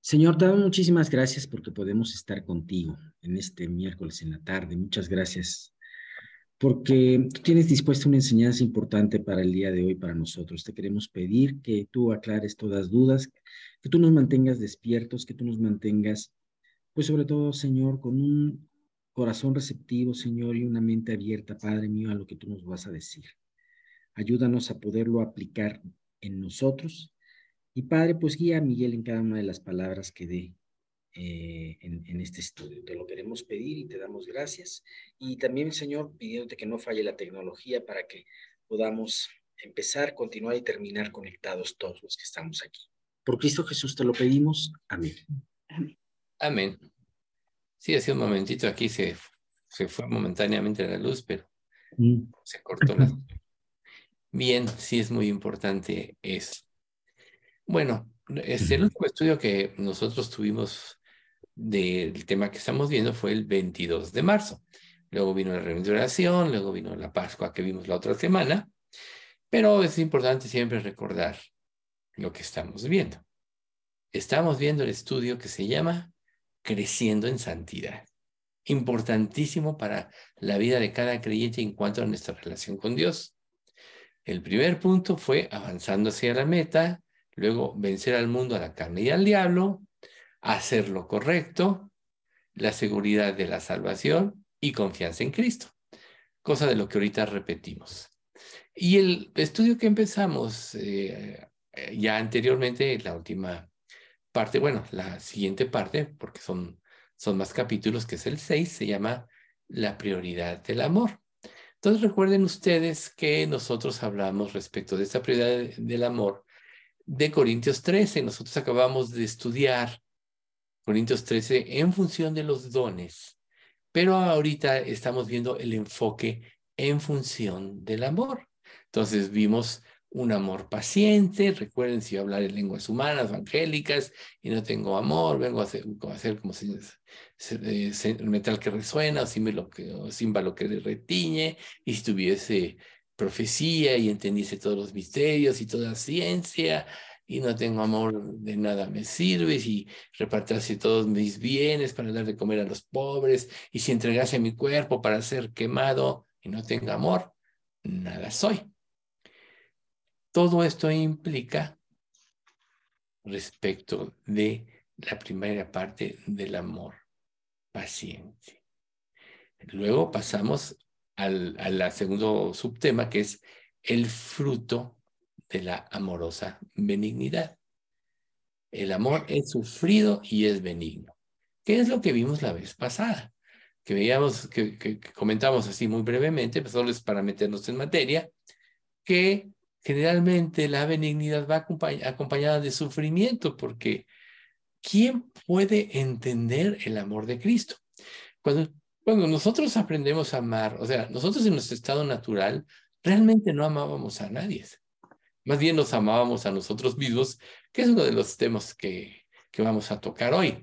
Señor, te damos muchísimas gracias porque podemos estar contigo en este miércoles en la tarde. Muchas gracias porque tú tienes dispuesta una enseñanza importante para el día de hoy para nosotros. Te queremos pedir que tú aclares todas dudas, que tú nos mantengas despiertos, que tú nos mantengas, pues sobre todo, Señor, con un corazón receptivo, Señor, y una mente abierta, Padre mío, a lo que tú nos vas a decir. Ayúdanos a poderlo aplicar en nosotros. Y Padre, pues guía a Miguel en cada una de las palabras que dé en este estudio. Te lo queremos pedir y te damos gracias. Y también, Señor, pidiéndote que no falle la tecnología para que podamos empezar, continuar y terminar conectados todos los que estamos aquí. Por Cristo Jesús te lo pedimos. Amén. Amén. Amén. Sí, hace un momentito aquí se fue momentáneamente la luz, pero se cortó la... Bien, sí es muy importante eso. Bueno, el último estudio que nosotros tuvimos del tema que estamos viendo fue el 22 de marzo. Luego vino la reunión de oración, luego vino la Pascua que vimos la otra semana, pero es importante siempre recordar lo que estamos viendo. Estamos viendo el estudio que se llama Creciendo en Santidad. Importantísimo para la vida de cada creyente en cuanto a nuestra relación con Dios. El primer punto fue avanzando hacia la meta, luego vencer al mundo, a la carne y al diablo, hacer lo correcto, la seguridad de la salvación y confianza en Cristo, cosa de lo que ahorita repetimos. Y el estudio que empezamos ya anteriormente, la última parte, bueno, la siguiente parte, porque son más capítulos, que es el 6, se llama La prioridad del amor. Entonces recuerden ustedes que nosotros hablamos respecto de esta prioridad del amor de Corintios 13. Nosotros acabamos de estudiar Corintios 13 en función de los dones, pero ahorita estamos viendo el enfoque en función del amor. Entonces vimos un amor paciente. Recuerden, si yo hablar en lenguas humanas o angélicas y no tengo amor, vengo a hacer como si metal que resuena o címbalo que retiñe, y si tuviese profecía y entendiese todos los misterios y toda ciencia, y no tengo amor, de nada me sirve. Si repartiese todos mis bienes para dar de comer a los pobres, y si entregase mi cuerpo para ser quemado y no tengo amor, nada soy. Todo esto implica respecto de la primera parte del amor paciente. Luego pasamos al segundo subtema, que es el fruto de la amorosa benignidad. El amor es sufrido y es benigno. ¿Qué es lo que vimos la vez pasada? Que veíamos, que comentamos así muy brevemente, pues solo es para meternos en materia, que generalmente la benignidad va acompañada de sufrimiento, porque ¿quién puede entender el amor de Cristo? Cuando nosotros aprendemos a amar, o sea, nosotros en nuestro estado natural realmente no amábamos a nadie. Más bien nos amábamos a nosotros mismos, que es uno de los temas que vamos a tocar hoy.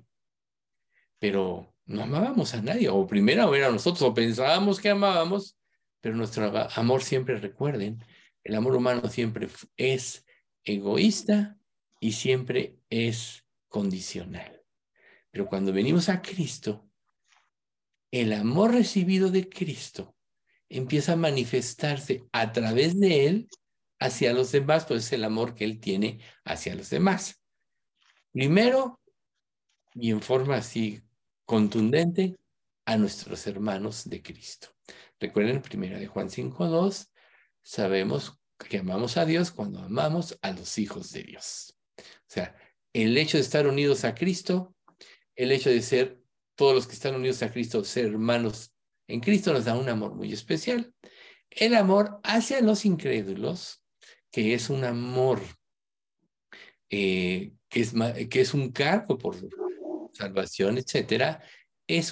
Pero no amábamos a nadie, o primero era nosotros, o pensábamos que amábamos, pero nuestro amor, siempre recuerden, el amor humano siempre es egoísta y siempre es condicional. Pero cuando venimos a Cristo, el amor recibido de Cristo empieza a manifestarse a través de Él hacia los demás, pues es el amor que Él tiene hacia los demás. Primero, y en forma así contundente, a nuestros hermanos de Cristo. Recuerden, 1 de Juan 5:2, sabemos que amamos a Dios cuando amamos a los hijos de Dios. O sea, el hecho de estar unidos a Cristo, el hecho de ser todos los que están unidos a Cristo, ser hermanos en Cristo, nos da un amor muy especial. El amor hacia los incrédulos, que es un amor que es un cargo por salvación, etcétera, es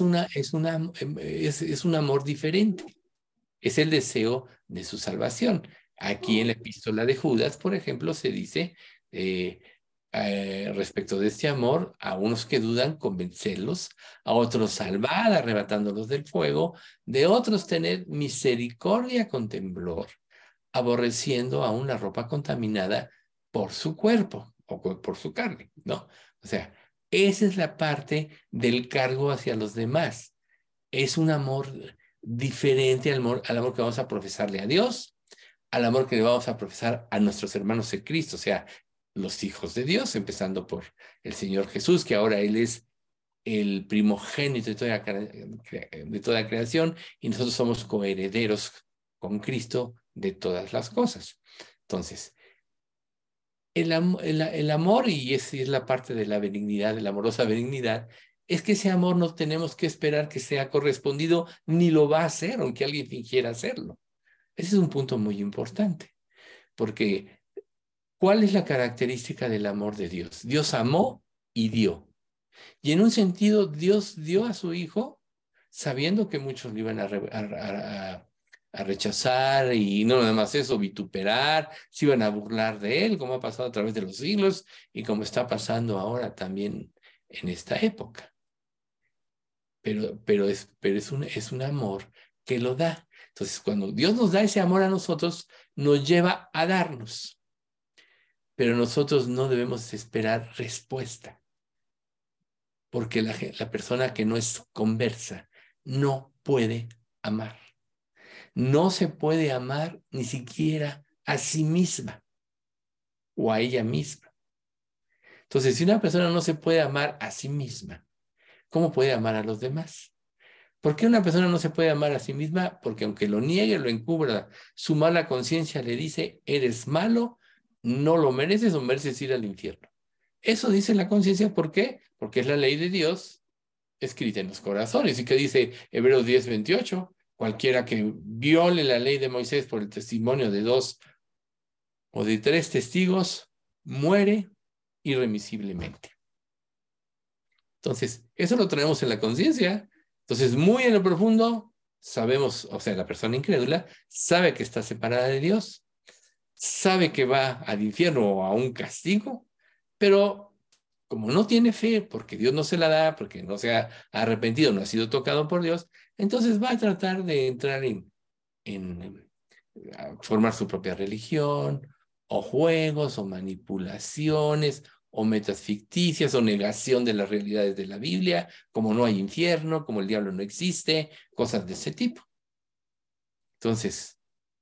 un amor diferente. Es el deseo de su salvación. Aquí en la epístola de Judas, por ejemplo, se dice respecto de este amor: a unos que dudan, convencerlos; a otros salvar, arrebatándolos del fuego; de otros tener misericordia con temblor, aborreciendo aún la ropa contaminada por su cuerpo o por su carne, ¿no? O sea, Esa es la parte del cargo hacia los demás. Es un amor diferente al amor que vamos a profesarle a Dios, al amor que le vamos a profesar a nuestros hermanos en Cristo, o sea, los hijos de Dios, empezando por el Señor Jesús, que ahora Él es el primogénito de toda creación, y nosotros somos coherederos con Cristo de todas las cosas. Entonces, el amor, y esa es la parte de la benignidad, de la amorosa benignidad, es que ese amor no tenemos que esperar que sea correspondido, ni lo va a hacer, aunque alguien fingiera hacerlo. Ese es un punto muy importante, porque ¿cuál es la característica del amor de Dios? Dios amó y dio. Y en un sentido, Dios dio a su Hijo sabiendo que muchos lo iban a rechazar, y no nada más eso, vituperar, se iban a burlar de él, como ha pasado a través de los siglos y como está pasando ahora también en esta época. Pero es un amor que lo da. Entonces, cuando Dios nos da ese amor a nosotros, nos lleva a darnos. Pero nosotros no debemos esperar respuesta, porque la persona que no es conversa no puede amar. No se puede amar ni siquiera a sí misma o a ella misma. Entonces, si una persona no se puede amar a sí misma, ¿cómo puede amar a los demás? ¿Por qué una persona no se puede amar a sí misma? Porque aunque lo niegue, lo encubra, su mala conciencia le dice, eres malo, no lo mereces o mereces ir al infierno. Eso dice la conciencia, ¿por qué? Porque es la ley de Dios escrita en los corazones. ¿Y qué dice Hebreos 10:28? Cualquiera que viole la ley de Moisés por el testimonio de 2 o de 3 testigos, muere irremisiblemente. Entonces, eso lo tenemos en la conciencia. Entonces, muy en lo profundo, sabemos, o sea, la persona incrédula sabe que está separada de Dios, sabe que va al infierno o a un castigo, pero como no tiene fe, porque Dios no se la da, porque no se ha arrepentido, no ha sido tocado por Dios, entonces va a tratar de entrar en a formar su propia religión, o juegos, o manipulaciones, o metas ficticias, o negación de las realidades de la Biblia, como no hay infierno, como el diablo no existe, cosas de ese tipo. Entonces,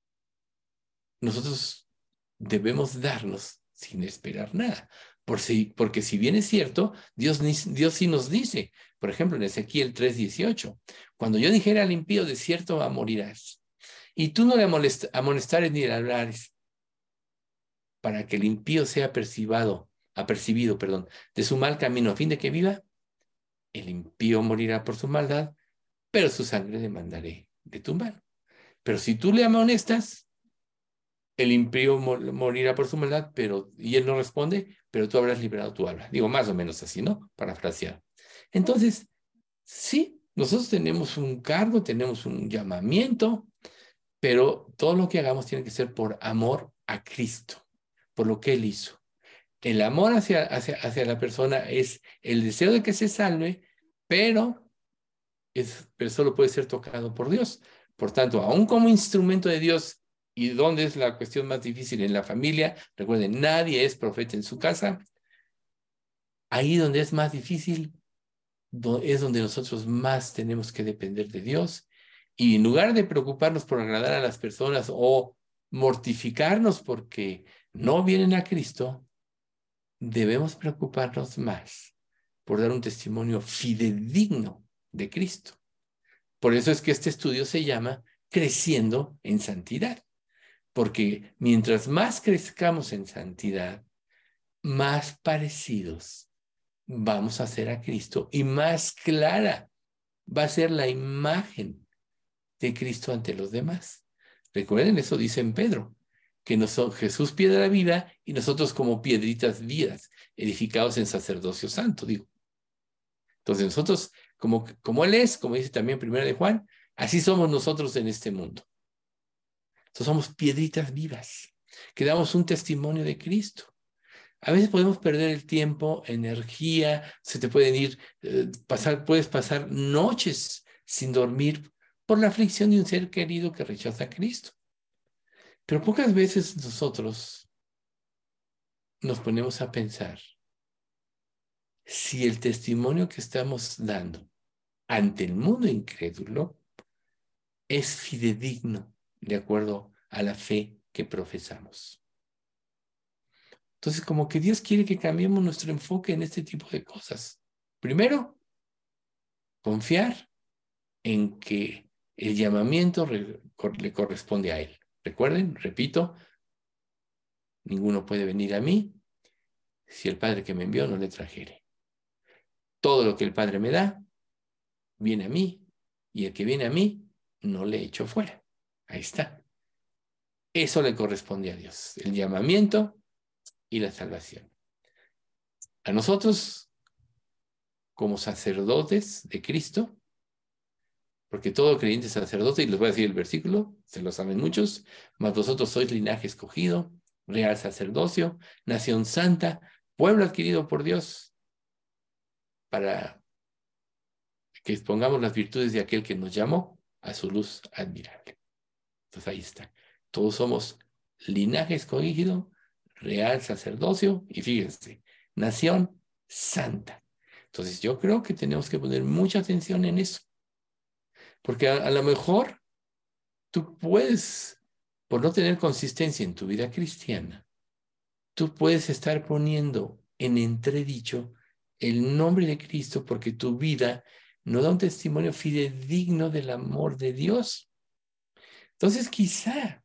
nosotros debemos darnos sin esperar nada. Porque si bien es cierto, Dios sí nos dice, por ejemplo, en Ezequiel 3:18, cuando yo dijera al impío, de cierto morirás, y tú no le amonestares ni le hablares, para que el impío sea apercibido, de su mal camino, a fin de que viva, el impío morirá por su maldad, pero su sangre demandaré de tu mano. Pero si tú le amonestas, el impío morirá por su maldad, y él no responde, pero tú habrás liberado tu alma. Digo, más o menos así, ¿no? Parafraseado. Entonces, sí, nosotros tenemos un cargo, tenemos un llamamiento, pero todo lo que hagamos tiene que ser por amor a Cristo, por lo que Él hizo. El amor hacia la persona es el deseo de que se salve, pero solo puede ser tocado por Dios. Por tanto, aún como instrumento de Dios, ¿y dónde es la cuestión más difícil? En la familia. Recuerden, nadie es profeta en su casa. Ahí donde es más difícil, es donde nosotros más tenemos que depender de Dios. Y en lugar de preocuparnos por agradar a las personas o mortificarnos porque no vienen a Cristo, debemos preocuparnos más por dar un testimonio fidedigno de Cristo. Por eso es que este estudio se llama Creciendo en Santidad, porque mientras más crezcamos en santidad, más parecidos vamos a ser a Cristo y más clara va a ser la imagen de Cristo ante los demás. Recuerden, eso dice en Pedro, que Jesús piedra viva y nosotros como piedritas vivas, edificados en sacerdocio santo, digo. Entonces nosotros, como Él es, como dice también Primera de Juan, así somos nosotros en este mundo. Entonces somos piedritas vivas, que damos un testimonio de Cristo. A veces podemos perder el tiempo, energía, se te pueden ir, puedes pasar noches sin dormir por la aflicción de un ser querido que rechaza a Cristo. Pero pocas veces nosotros nos ponemos a pensar, si el testimonio que estamos dando ante el mundo incrédulo es fidedigno de acuerdo a la fe que profesamos. Entonces, como que Dios quiere que cambiemos nuestro enfoque en este tipo de cosas. Primero, confiar en que el llamamiento le corresponde a Él. Recuerden, repito, ninguno puede venir a mí si el Padre que me envió no le trajere. Todo lo que el Padre me da, viene a mí, y el que viene a mí, no le echo fuera. Ahí está. Eso le corresponde a Dios, el llamamiento y la salvación. A nosotros, como sacerdotes de Cristo, porque todo creyente es sacerdote, y les voy a decir el versículo, se lo saben muchos, mas vosotros sois linaje escogido, real sacerdocio, nación santa, pueblo adquirido por Dios, para que expongamos las virtudes de aquel que nos llamó a su luz admirable. Entonces ahí está. Todos somos linaje escogido, real sacerdocio, y fíjense, nación santa. Entonces yo creo que tenemos que poner mucha atención en eso, porque a lo mejor tú puedes, por no tener consistencia en tu vida cristiana, tú puedes estar poniendo en entredicho el nombre de Cristo porque tu vida no da un testimonio fidedigno del amor de Dios. Entonces, quizá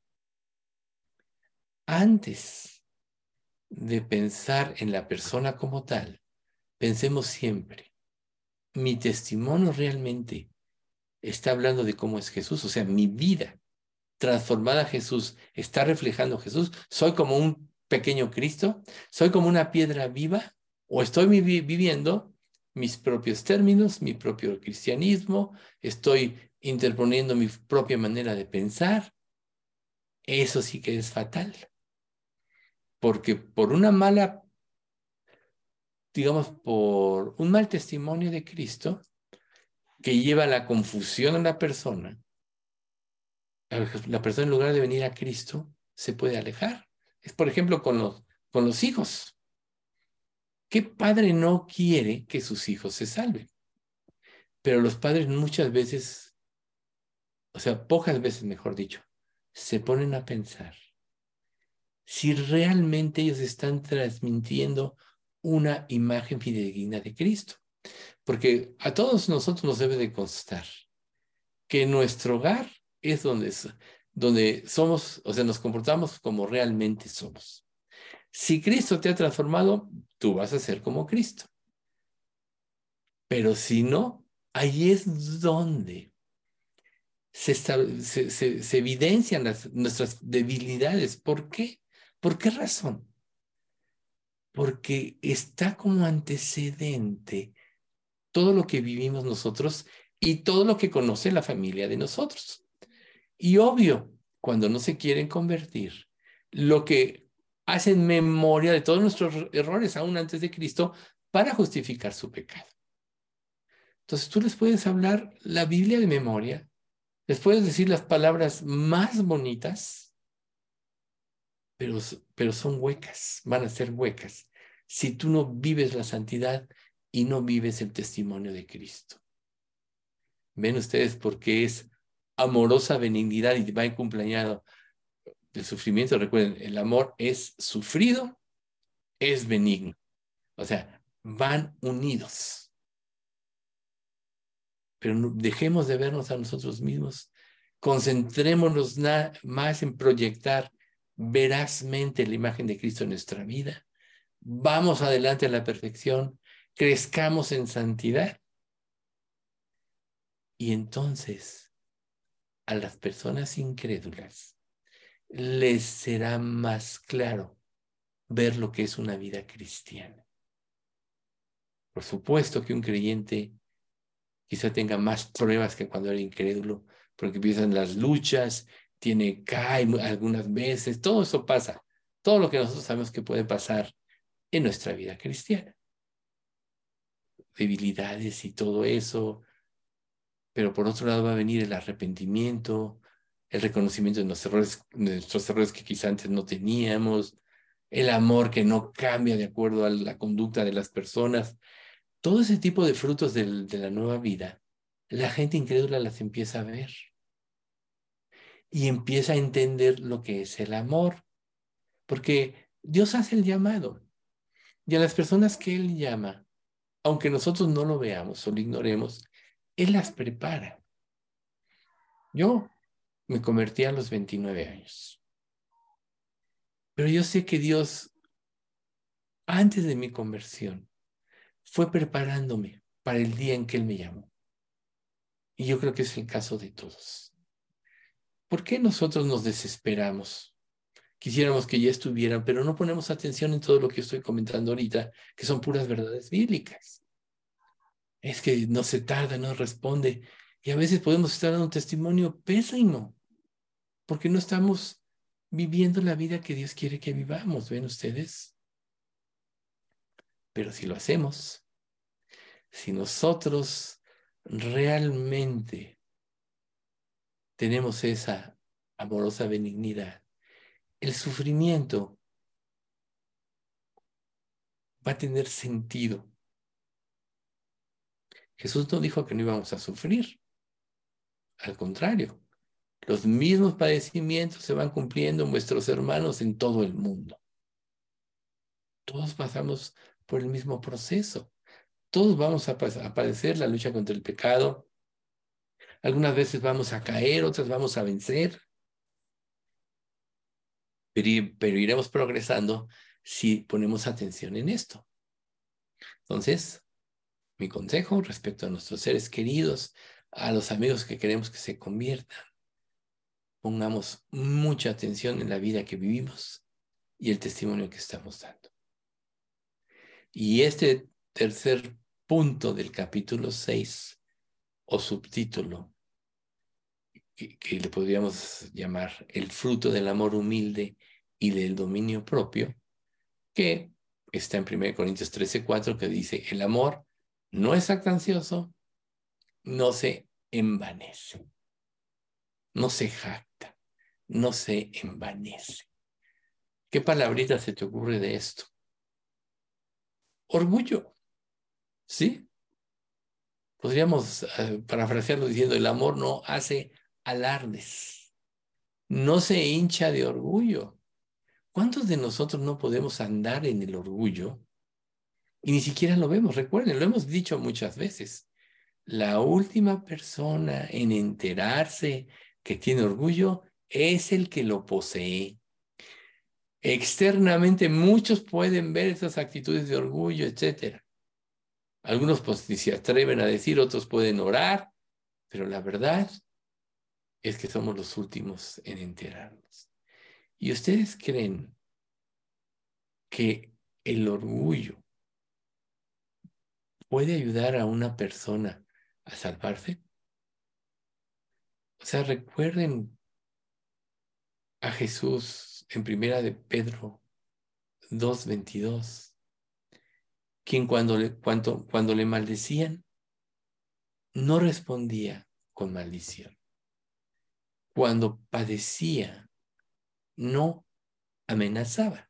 antes de pensar en la persona como tal, pensemos siempre, mi testimonio realmente está hablando de cómo es Jesús, o sea, mi vida transformada a Jesús está reflejando a Jesús. ¿Soy como un pequeño Cristo? ¿Soy como una piedra viva? ¿O estoy viviendo mis propios términos, mi propio cristianismo? ¿Estoy interponiendo mi propia manera de pensar? Eso sí que es fatal. Porque por una mala, digamos, por un mal testimonio de Cristo que lleva a la confusión a la persona en lugar de venir a Cristo se puede alejar. Es, por ejemplo, con los hijos. ¿Qué padre no quiere que sus hijos se salven? Pero los padres muchas veces, o sea, pocas veces, mejor dicho, se ponen a pensar si realmente ellos están transmitiendo una imagen fidedigna de Cristo. Porque a todos nosotros nos debe de constar que nuestro hogar es donde somos, o sea, nos comportamos como realmente somos. Si Cristo te ha transformado, tú vas a ser como Cristo. Pero si no, ahí es donde se evidencian nuestras debilidades. ¿Por qué? ¿Por qué razón? Porque está como antecedente todo lo que vivimos nosotros y todo lo que conoce la familia de nosotros. Y obvio, cuando no se quieren convertir, lo que hacen memoria de todos nuestros errores aún antes de Cristo para justificar su pecado. Entonces tú les puedes hablar la Biblia de memoria, les puedes decir las palabras más bonitas, pero son huecas, van a ser huecas, si tú no vives la santidad y no vives el testimonio de Cristo. Ven ustedes por qué es amorosa benignidad y va acompañado del sufrimiento. Recuerden, el amor es sufrido, es benigno. O sea, van unidos. Pero no, dejemos de vernos a nosotros mismos. Concentrémonos más en proyectar verazmente la imagen de Cristo en nuestra vida. Vamos adelante a la perfección. Crezcamos en santidad. Y entonces, a las personas incrédulas les será más claro ver lo que es una vida cristiana. Por supuesto que un creyente quizá tenga más pruebas que cuando era incrédulo, porque empiezan las luchas, cae algunas veces, todo eso pasa, todo lo que nosotros sabemos que puede pasar en nuestra vida cristiana. Debilidades y todo eso, pero por otro lado va a venir el arrepentimiento, el reconocimiento de nuestros errores que quizá antes no teníamos, el amor que no cambia de acuerdo a la conducta de las personas. todo ese tipo de frutos de la nueva vida, la gente incrédula las empieza a ver y empieza a entender lo que es el amor, porque Dios hace el llamado y a las personas que Él llama, aunque nosotros no lo veamos o lo ignoremos, Él las prepara. Yo me convertí a los 29 años, pero yo sé que Dios, antes de mi conversión, fue preparándome para el día en que Él me llamó. Y yo creo que es el caso de todos. ¿Por qué nosotros nos desesperamos? Quisiéramos que ya estuvieran, pero no ponemos atención en todo lo que estoy comentando ahorita, que son puras verdades bíblicas. Es que no se tarda, no responde. Y a veces podemos estar dando un testimonio pésimo, porque no estamos viviendo la vida que Dios quiere que vivamos, ¿ven ustedes? Pero si lo hacemos, si nosotros realmente tenemos esa amorosa benignidad, el sufrimiento va a tener sentido. Jesús no dijo que no íbamos a sufrir, al contrario, los mismos padecimientos se van cumpliendo en vuestros hermanos en todo el mundo. Todos pasamos por el mismo proceso. Todos vamos a padecer la lucha contra el pecado. Algunas veces vamos a caer, otras vamos a vencer, pero iremos progresando si ponemos atención en esto. Entonces, mi consejo respecto a nuestros seres queridos, a los amigos que queremos que se conviertan, pongamos mucha atención en la vida que vivimos y el testimonio que estamos dando. Y este tercer punto del capítulo 6, o subtítulo, que le podríamos llamar el fruto del amor humilde y del dominio propio, que está en 1 Corintios 13:4, que dice, el amor no es jactancioso, no se envanece, no se jacta, no se envanece. ¿Qué palabrita se te ocurre de esto? Orgullo, ¿sí? Podríamos parafrasearlo diciendo, el amor no hace alardes, no se hincha de orgullo. ¿Cuántos de nosotros no podemos andar en el orgullo y ni siquiera lo vemos? Recuerden, lo hemos dicho muchas veces. La última persona en enterarse que tiene orgullo es el que lo posee. Externamente muchos pueden ver esas actitudes de orgullo, etcétera. Algunos pues ni se atreven a decir, otros pueden orar, pero la verdad es que somos los últimos en enterarnos. ¿Y ustedes creen que el orgullo puede ayudar a una persona a salvarse? O sea, recuerden a Jesús en Primera de Pedro 2:22, quien cuando le maldecían, no respondía con maldición. Cuando padecía, no amenazaba.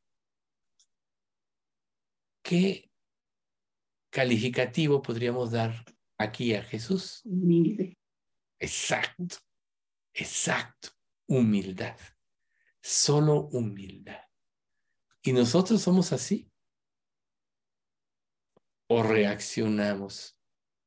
¿Qué calificativo podríamos dar aquí a Jesús? Humilde. Exacto, exacto. Humildad. Solo humildad. ¿Y nosotros somos así? ¿O reaccionamos?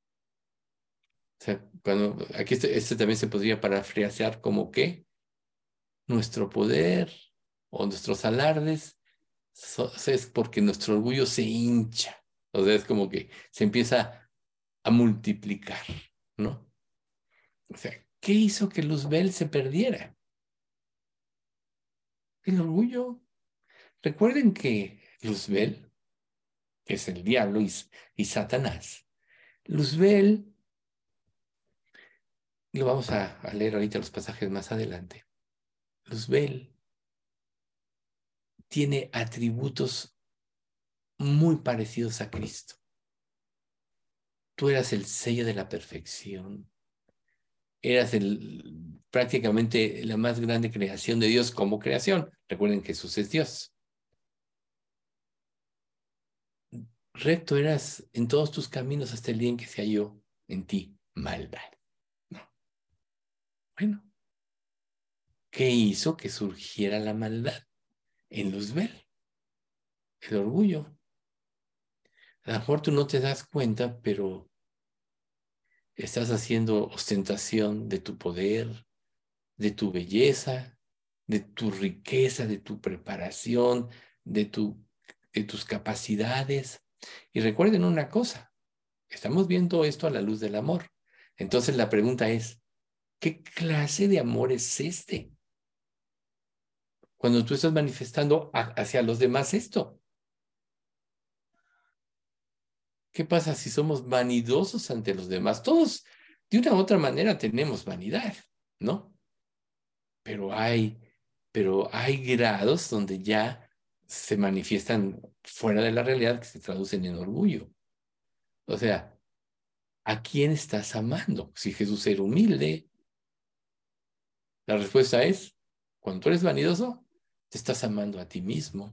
O sea, aquí este también se podría parafrasear como que nuestro poder o nuestros alardes es porque nuestro orgullo se hincha. O sea, es como que se empieza a multiplicar, ¿no? O sea, ¿qué hizo que Luzbel se perdiera? El orgullo. Recuerden que Luzbel, que es el diablo y Satanás, Luzbel, lo vamos a leer ahorita los pasajes más adelante. Luzbel tiene atributos muy parecidos a Cristo. Tú eras el sello de la perfección. Eras prácticamente la más grande creación de Dios como creación. Recuerden que Jesús es Dios. recto eras en todos tus caminos hasta el día en que se halló en ti maldad. No. Bueno, ¿qué hizo que surgiera la maldad en Luzbel? El orgullo. A lo mejor tú no te das cuenta, pero estás haciendo ostentación de tu poder, de tu belleza, de tu riqueza, de tu preparación, de tus capacidades. Y recuerden una cosa, estamos viendo esto a la luz del amor. Entonces la pregunta es, ¿qué clase de amor es este? Cuando tú estás manifestando hacia los demás esto. ¿Qué pasa si somos vanidosos ante los demás? Todos, de una u otra manera, tenemos vanidad, ¿no? Pero hay grados donde ya se manifiestan fuera de la realidad que se traducen en orgullo. O sea, ¿a quién estás amando? Si Jesús era humilde, la respuesta es, cuando tú eres vanidoso, te estás amando a ti mismo.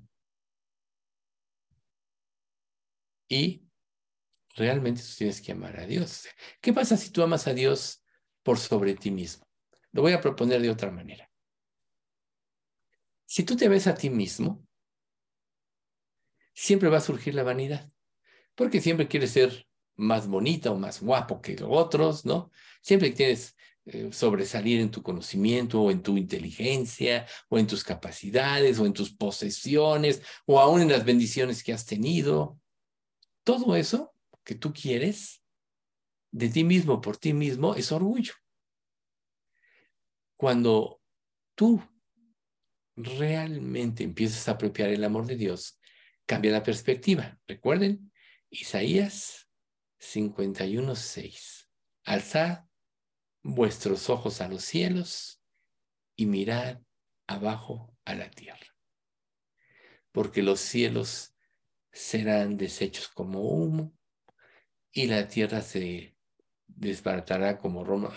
Y realmente tú tienes que amar a Dios. ¿Qué pasa si tú amas a Dios por sobre ti mismo? Lo voy a proponer de otra manera. Si tú te ves a ti mismo, siempre va a surgir la vanidad, porque siempre quieres ser más bonita o más guapo que los otros, ¿no? Siempre quieres sobresalir en tu conocimiento o en tu inteligencia o en tus capacidades o en tus posesiones o aún en las bendiciones que has tenido. Todo eso que tú quieres de ti mismo por ti mismo es orgullo. Cuando tú realmente empiezas a apropiar el amor de Dios, cambia la perspectiva. Recuerden, Isaías 51:6. Alzad vuestros ojos a los cielos y mirad abajo a la tierra, porque los cielos serán deshechos como humo y la tierra se desbaratará como Roma,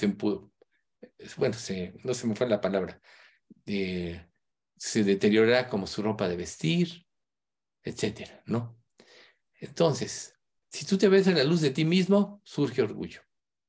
no se me fue la palabra, se deteriorará como su ropa de vestir, etcétera, ¿no? Entonces, si tú te ves a la luz de ti mismo, surge orgullo.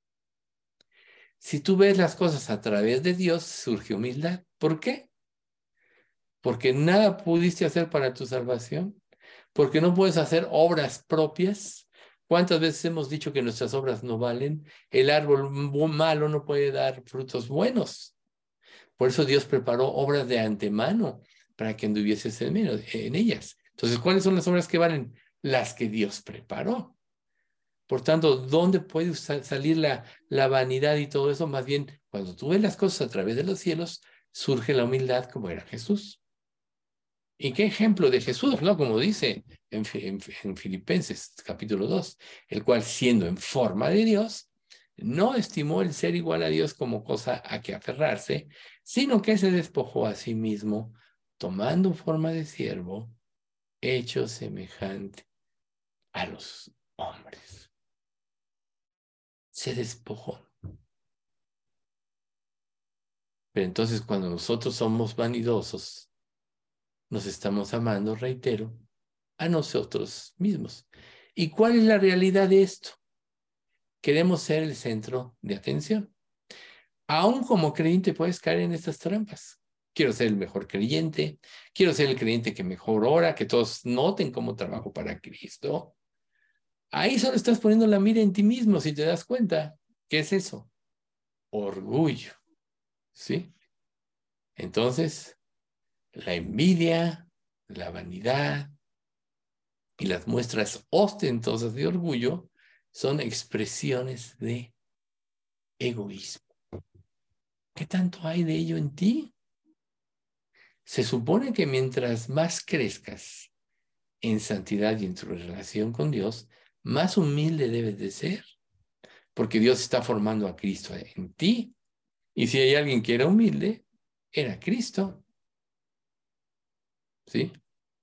Si tú ves las cosas a través de Dios, surge humildad. ¿Por qué? Porque nada pudiste hacer para tu salvación, porque no puedes hacer obras propias. ¿Cuántas veces hemos dicho que nuestras obras no valen? El árbol malo no puede dar frutos buenos. Por eso Dios preparó obras de antemano para que anduvieses en ellas. Entonces, ¿cuáles son las obras que valen? Las que Dios preparó. Por tanto, ¿dónde puede salir la vanidad y todo eso? Más bien, cuando tú ves las cosas a través de los cielos, surge la humildad como era Jesús. ¿Y qué ejemplo de Jesús, no? Como dice en Filipenses capítulo 2, el cual siendo en forma de Dios, no estimó el ser igual a Dios como cosa a que aferrarse, sino que se despojó a sí mismo, tomando forma de siervo, hecho semejante a los hombres. Se despojó. Pero entonces cuando nosotros somos vanidosos, nos estamos amando, reitero, a nosotros mismos. ¿Y cuál es la realidad de esto? Queremos ser el centro de atención. Aún como creyente puedes caer en estas trampas. Quiero ser el mejor creyente, quiero ser el creyente que mejor ora, que todos noten cómo trabajo para Cristo. Ahí solo estás poniendo la mira en ti mismo, si te das cuenta. ¿Qué es eso? Orgullo, ¿sí? Entonces, la envidia, la vanidad y las muestras ostentosas de orgullo son expresiones de egoísmo. ¿Qué tanto hay de ello en ti? Se supone que mientras más crezcas en santidad y en tu relación con Dios, más humilde debes de ser, porque Dios está formando a Cristo en ti. Y si hay alguien que era humilde, era Cristo. ¿Sí?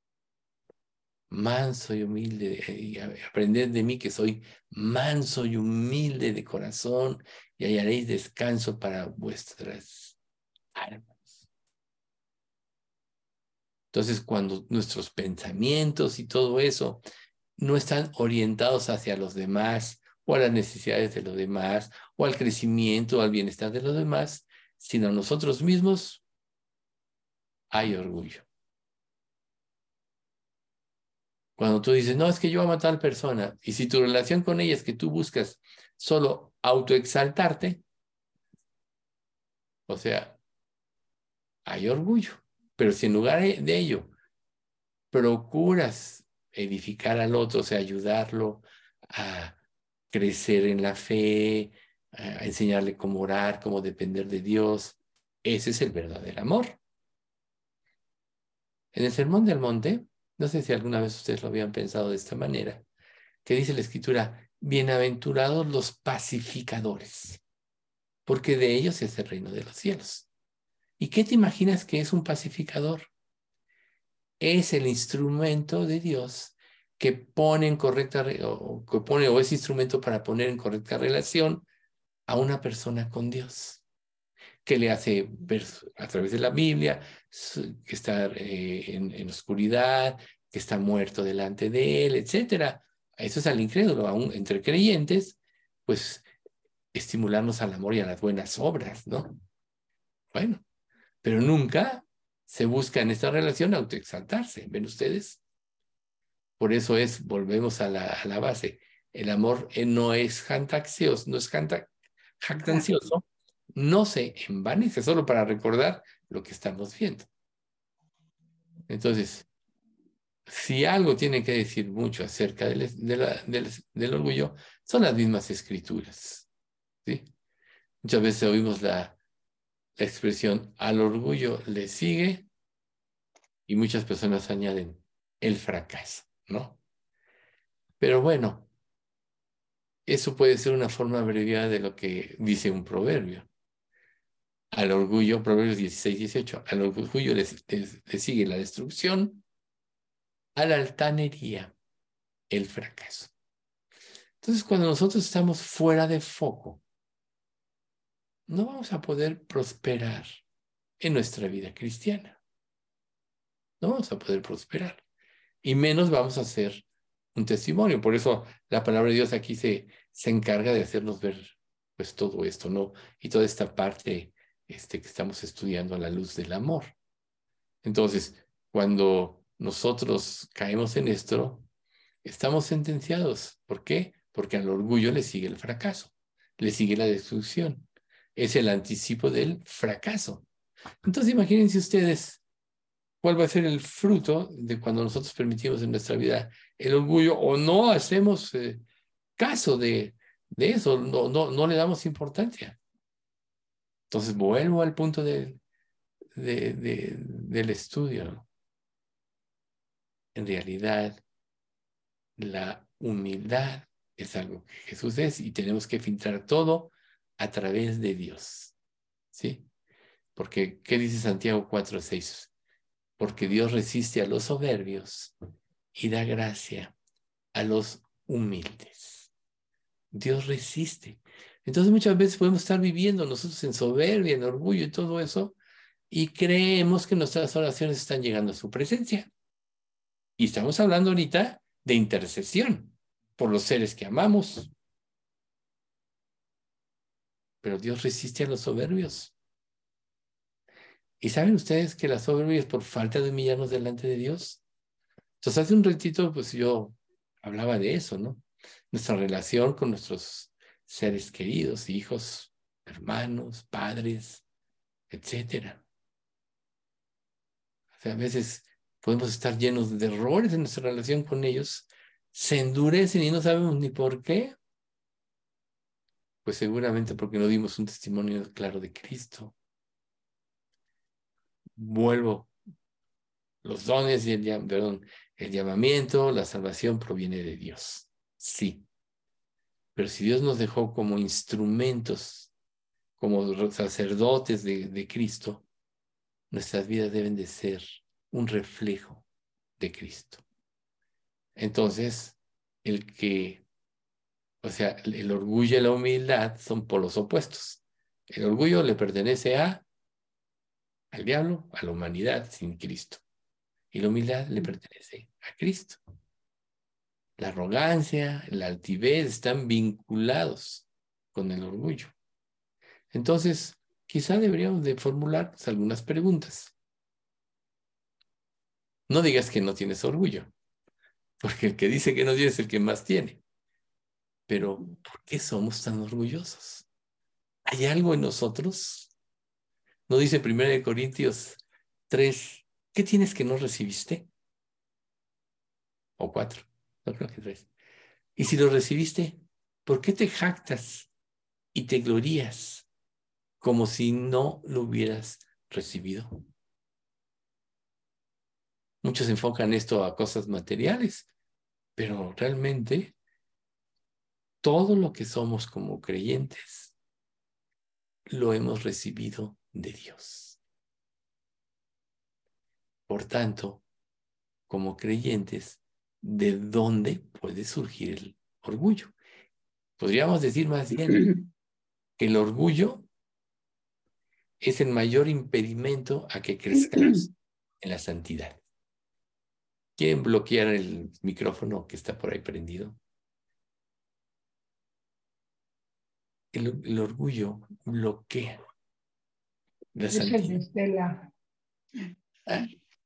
Manso y humilde, y aprended de mí que soy manso y humilde de corazón, y hallaréis descanso para vuestras almas. Entonces, cuando nuestros pensamientos y todo eso no están orientados hacia los demás o a las necesidades de los demás o al crecimiento o al bienestar de los demás, sino a nosotros mismos, hay orgullo. Cuando tú dices, no, es que yo amo a tal persona, y si tu relación con ella es que tú buscas solo autoexaltarte, o sea, hay orgullo. Pero si en lugar de ello procuras edificar al otro, o sea, ayudarlo a crecer en la fe, a enseñarle cómo orar, cómo depender de Dios, ese es el verdadero amor. En el Sermón del Monte, no sé si alguna vez ustedes lo habían pensado de esta manera, que dice la Escritura, bienaventurados los pacificadores, porque de ellos es el reino de los cielos. ¿Y qué te imaginas que es un pacificador? Es el instrumento de Dios que pone en correcta, o es instrumento para poner en correcta relación a una persona con Dios, que le hace ver a través de la Biblia que está en oscuridad, que está muerto delante de él, etcétera. Eso es al incrédulo, aún entre creyentes, pues estimularnos al amor y a las buenas obras, ¿no? Bueno, pero nunca se busca en esta relación autoexaltarse, ¿ven ustedes? Por eso volvemos a la base. El amor no es jactancioso, jactancioso, no se envanece, solo para recordar lo que estamos viendo. Entonces, si algo tiene que decir mucho acerca del orgullo, son las mismas escrituras, ¿sí? Muchas veces oímos la expresión, al orgullo le sigue, y muchas personas añaden el fracaso, ¿no? Pero bueno, eso puede ser una forma abreviada de lo que dice un proverbio. Al orgullo, Proverbios 16, 18, al orgullo le sigue la destrucción, a la altanería, el fracaso. Entonces, cuando nosotros estamos fuera de foco, no vamos a poder prosperar en nuestra vida cristiana. No vamos a poder prosperar. Y menos vamos a hacer un testimonio. Por eso la palabra de Dios aquí se encarga de hacernos ver pues todo esto, ¿no? Y toda esta parte que estamos estudiando a la luz del amor. Entonces, cuando nosotros caemos en esto, estamos sentenciados. ¿Por qué? Porque al orgullo le sigue el fracaso, le sigue la destrucción. Es el anticipo del fracaso. Entonces, imagínense ustedes cuál va a ser el fruto de cuando nosotros permitimos en nuestra vida el orgullo o no hacemos caso de eso, no le damos importancia. Entonces, vuelvo al punto del estudio, ¿no? En realidad, la humildad es algo que Jesús es y tenemos que filtrar todo a través de Dios, ¿sí? Porque, ¿qué dice Santiago 4:6? Porque Dios resiste a los soberbios y da gracia a los humildes. Dios resiste. Entonces muchas veces podemos estar viviendo nosotros en soberbia, en orgullo y todo eso, y creemos que nuestras oraciones están llegando a su presencia. Y estamos hablando ahorita de intercesión por los seres que amamos. Pero Dios resiste a los soberbios. ¿Y saben ustedes que la soberbia es por falta de humillarnos delante de Dios? Entonces hace un ratito pues yo hablaba de eso, ¿no? Nuestra relación con nuestros seres queridos, hijos, hermanos, padres, etcétera. O sea, a veces podemos estar llenos de errores en nuestra relación con ellos, se endurecen y no sabemos ni por qué. Pues seguramente porque no dimos un testimonio claro de Cristo. Vuelvo, los dones y el llamamiento, la salvación proviene de Dios. Sí. Pero si Dios nos dejó como instrumentos, como sacerdotes de Cristo, nuestras vidas deben de ser un reflejo de Cristo. Entonces, el orgullo y la humildad son polos opuestos. El orgullo le pertenece al diablo, a la humanidad sin Cristo. Y la humildad le pertenece a Cristo. La arrogancia, la altivez están vinculados con el orgullo. Entonces, quizá deberíamos de formular algunas preguntas. No digas que no tienes orgullo, porque el que dice que no tiene es el que más tiene. Pero, ¿por qué somos tan orgullosos? ¿Hay algo en nosotros? ¿No dice 1 Corintios 3, qué tienes que no recibiste? O 4, no creo que 3. Y si lo recibiste, ¿por qué te jactas y te glorías como si no lo hubieras recibido? Muchos enfocan esto a cosas materiales, pero realmente todo lo que somos como creyentes lo hemos recibido de Dios. Por tanto, como creyentes, ¿de dónde puede surgir el orgullo? Podríamos decir más bien que el orgullo es el mayor impedimento a que crezcamos en la santidad. ¿Quieren bloquear el micrófono que está por ahí prendido? El orgullo bloquea la santidad. Estela. Ah,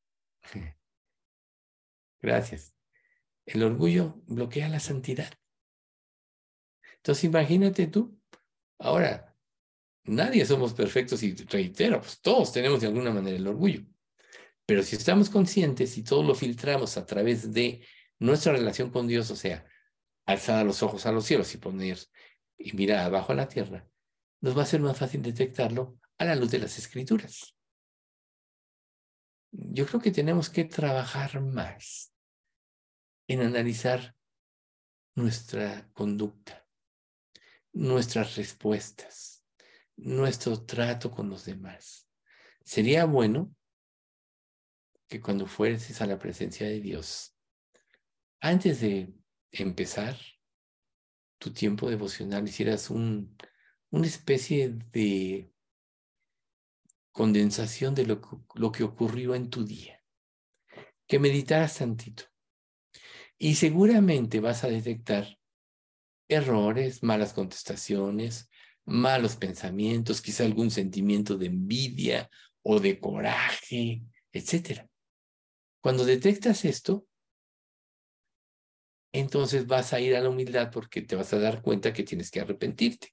gracias. El orgullo bloquea la santidad. Entonces imagínate tú, ahora, nadie somos perfectos y reitero, pues todos tenemos de alguna manera el orgullo. Pero si estamos conscientes y todo lo filtramos a través de nuestra relación con Dios, o sea, alzar los ojos a los cielos y poner y mirar abajo a la tierra, nos va a ser más fácil detectarlo a la luz de las Escrituras. Yo creo que tenemos que trabajar más en analizar nuestra conducta, nuestras respuestas, nuestro trato con los demás. Sería bueno que cuando fueres a la presencia de Dios, antes de empezar tu tiempo devocional, hicieras una especie de condensación de lo que ocurrió en tu día, que meditaras tantito. Y seguramente vas a detectar errores, malas contestaciones, malos pensamientos, quizá algún sentimiento de envidia o de coraje, etc. Cuando detectas esto, entonces vas a ir a la humildad porque te vas a dar cuenta que tienes que arrepentirte.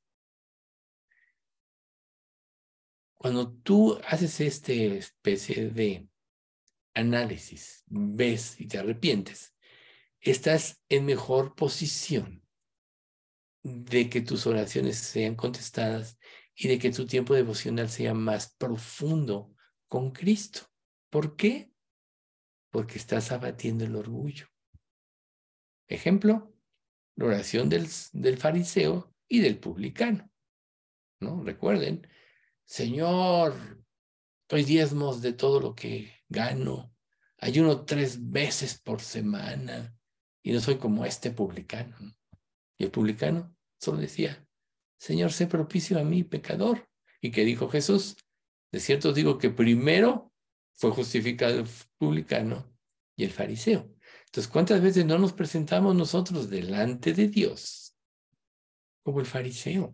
Cuando tú haces esta especie de análisis, ves y te arrepientes, estás en mejor posición de que tus oraciones sean contestadas y de que tu tiempo devocional sea más profundo con Cristo. ¿Por qué? Porque estás abatiendo el orgullo. Ejemplo, la oración del fariseo y del publicano, ¿no? Recuerden, Señor, doy diezmos de todo lo que gano, ayuno 3 veces por semana y no soy como este publicano. Y el publicano solo decía, Señor, sé propicio a mí, pecador. ¿Y qué dijo Jesús? De cierto digo que primero fue justificado el publicano y el fariseo. Entonces, ¿cuántas veces no nos presentamos nosotros delante de Dios como el fariseo?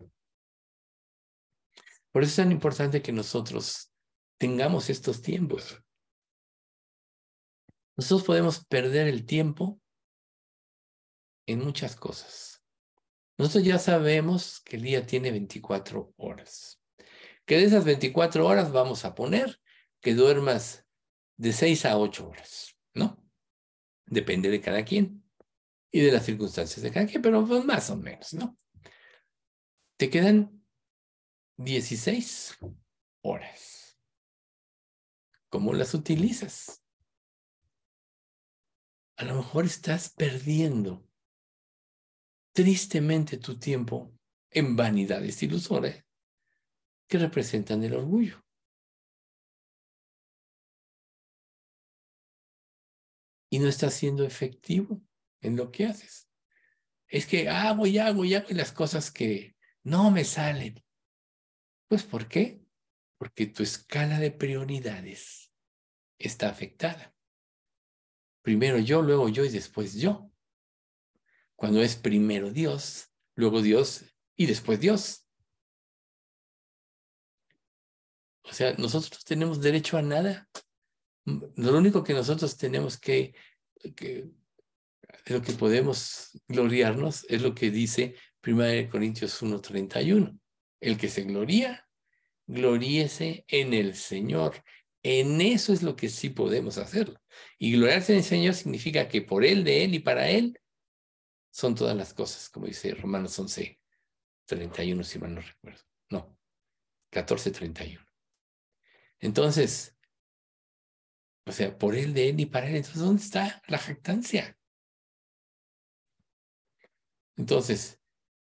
Por eso es tan importante que nosotros tengamos estos tiempos. Nosotros podemos perder el tiempo en muchas cosas. Nosotros ya sabemos que el día tiene 24 horas. Que de esas 24 horas vamos a poner que duermas de 6 a 8 horas, ¿no? Depende de cada quien y de las circunstancias de cada quien, pero pues más o menos, ¿no? Te quedan 16 horas. ¿Cómo las utilizas? A lo mejor estás perdiendo tristemente tu tiempo en vanidades ilusorias que representan el orgullo. Y no estás siendo efectivo en lo que haces. Es que hago y las cosas que no me salen. Pues, ¿por qué? Porque tu escala de prioridades está afectada. Primero yo, luego yo y después yo. cuando es primero Dios, luego Dios y después Dios. O sea, nosotros no tenemos derecho a nada. Lo único que nosotros tenemos de lo que podemos gloriarnos es lo que dice 1 Corintios 1:31. El que se gloría, gloríese en el Señor. En eso es lo que sí podemos hacerlo. Y gloriarse en el Señor significa que por Él, de Él y para Él son todas las cosas, como dice Romanos 11:31, si mal no recuerdo. No, 14:31. Entonces, o sea, por Él, de Él y para Él. Entonces, ¿dónde está la jactancia? Entonces,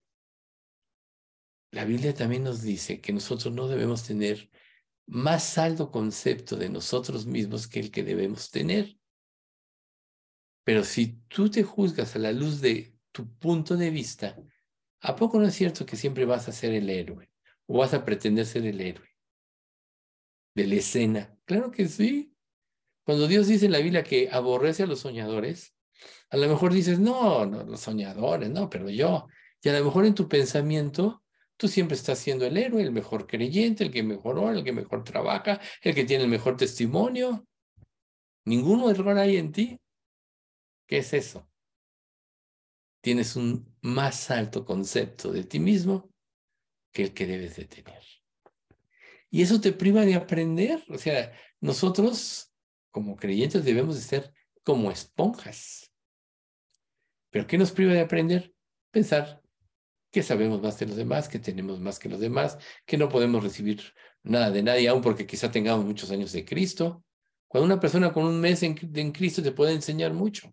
la Biblia también nos dice que nosotros no debemos tener más alto concepto de nosotros mismos que el que debemos tener. Pero si tú te juzgas a la luz de tu punto de vista, ¿a poco no es cierto que siempre vas a ser el héroe? ¿O vas a pretender ser el héroe de la escena? Claro que sí. Cuando Dios dice en la Biblia que aborrece a los soñadores, a lo mejor dices, no, los soñadores, no, pero yo. Y a lo mejor en tu pensamiento, tú siempre estás siendo el héroe, el mejor creyente, el que mejor ora, el que mejor trabaja, el que tiene el mejor testimonio. Ningún error hay en ti. ¿Qué es eso? Tienes un más alto concepto de ti mismo que el que debes de tener. Y eso te priva de aprender. O sea, nosotros como creyentes debemos de ser como esponjas. ¿Pero qué nos priva de aprender? Pensar que sabemos más de los demás, que tenemos más que los demás, que no podemos recibir nada de nadie, aun porque quizá tengamos muchos años de Cristo. Cuando una persona con un mes en Cristo te puede enseñar mucho.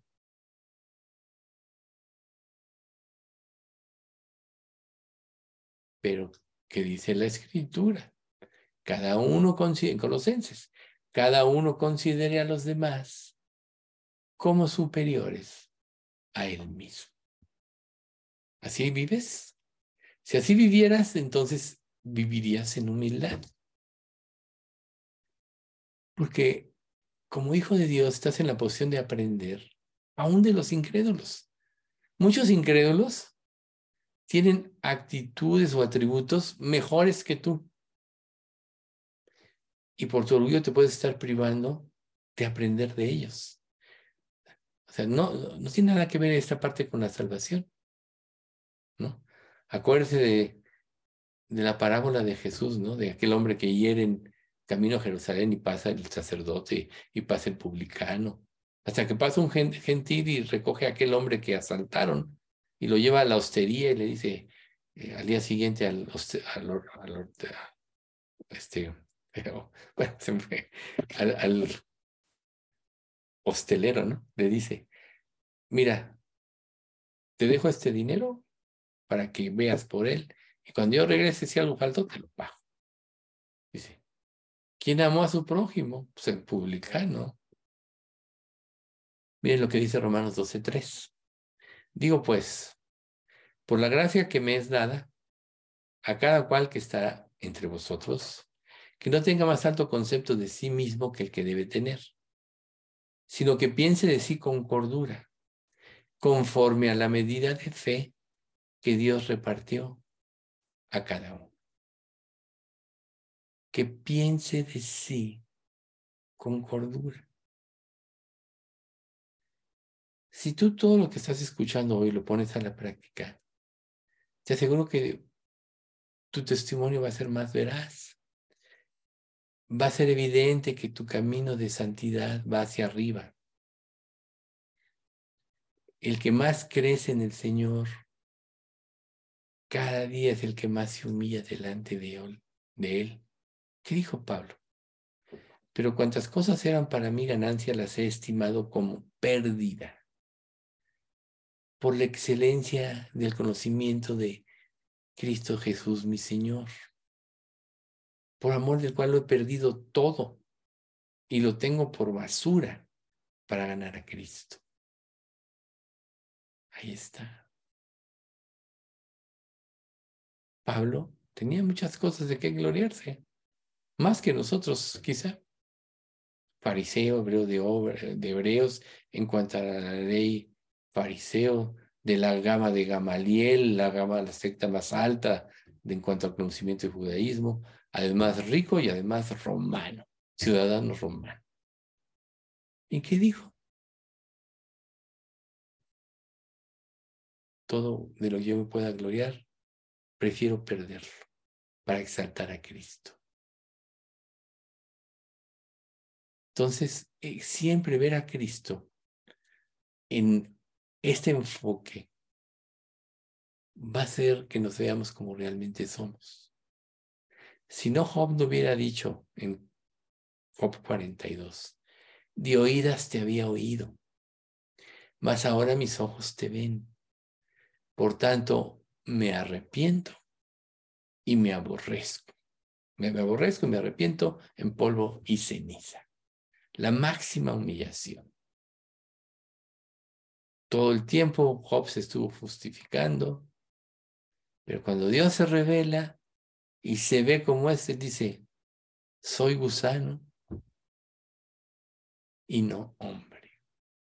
Pero, ¿qué dice la Escritura? Cada uno, en Colosenses, cada uno considere a los demás como superiores a él mismo. ¿Así vives? Si así vivieras, entonces vivirías en humildad. Porque como hijo de Dios estás en la posición de aprender, aún de los incrédulos. Muchos incrédulos tienen actitudes o atributos mejores que tú. Y por tu orgullo te puedes estar privando de aprender de ellos. O sea, no tiene nada que ver esta parte con la salvación, ¿no? Acuérdese de la parábola de Jesús, ¿no? De aquel hombre que hiere en camino a Jerusalén y pasa el sacerdote y pasa el publicano, hasta que pasa un gentil y recoge a aquel hombre que asaltaron y lo lleva a la hostería y le dice al día siguiente bueno, se me fue, al hostelero, ¿no? Le dice, mira, te dejo este dinero para que veas por él y cuando yo regrese si algo faltó te lo pago. Dice, ¿quién amó a su prójimo? Pues el publicano. Miren lo que dice Romanos 12:3. Digo pues, por la gracia que me es dada, a cada cual que está entre vosotros, que no tenga más alto concepto de sí mismo que el que debe tener, sino que piense de sí con cordura, conforme a la medida de fe que Dios repartió a cada uno. Que piense de sí con cordura. Si tú todo lo que estás escuchando hoy lo pones a la práctica, te aseguro que tu testimonio va a ser más veraz. Va a ser evidente que tu camino de santidad va hacia arriba. El que más crece en el Señor, cada día es el que más se humilla delante de Él. ¿Qué dijo Pablo? Pero cuantas cosas eran para mí ganancia, las he estimado como pérdida por la excelencia del conocimiento de Cristo Jesús, mi Señor, por amor del cual lo he perdido todo y lo tengo por basura para ganar a Cristo. Ahí está. Pablo tenía muchas cosas de qué gloriarse, más que nosotros quizá. Fariseo, hebreo de Hebreos, en cuanto a la ley, fariseo de la gama de Gamaliel, la secta más alta en cuanto al conocimiento del judaísmo, además rico y además romano, ciudadano romano. ¿Y qué dijo? Todo de lo que yo me pueda gloriar, prefiero perderlo para exaltar a Cristo. Entonces, siempre ver a Cristo en este enfoque va a hacer que nos veamos como realmente somos. Si no, Job no hubiera dicho en Job 42, de oídas te había oído, mas ahora mis ojos te ven. Por tanto, me arrepiento y me aborrezco. Me aborrezco y me arrepiento en polvo y ceniza. La máxima humillación. Todo el tiempo Job se estuvo justificando, pero cuando Dios se revela y se ve como es, él dice, soy gusano y no hombre.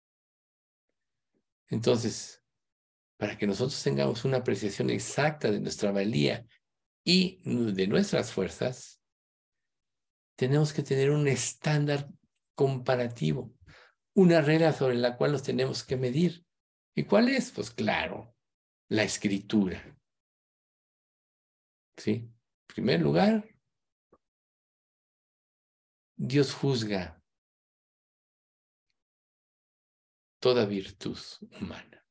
Entonces, para que nosotros tengamos una apreciación exacta de nuestra valía y de nuestras fuerzas, tenemos que tener un estándar comparativo, una regla sobre la cual nos tenemos que medir. ¿Y cuál es? Pues claro, la Escritura. ¿Sí? En primer lugar, Dios juzga toda virtud humana,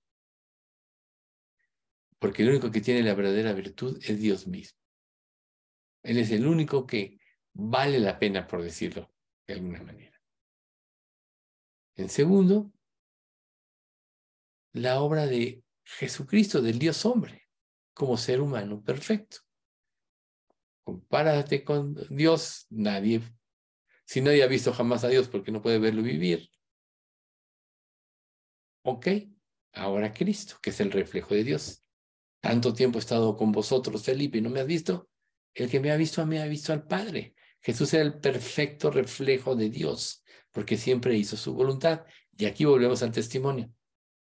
porque el único que tiene la verdadera virtud es Dios mismo. Él es el único que vale la pena, por decirlo de alguna manera. En segundo, la obra de Jesucristo, del Dios hombre, como ser humano perfecto. Compárate con Dios, si nadie ha visto jamás a Dios porque no puede verlo y vivir, ok, ahora Cristo, que es el reflejo de Dios. Tanto tiempo he estado con vosotros, Felipe, y no me has visto. El que me ha visto a mí ha visto al Padre. Jesús era el perfecto reflejo de Dios, porque siempre hizo su voluntad. Y aquí volvemos al testimonio.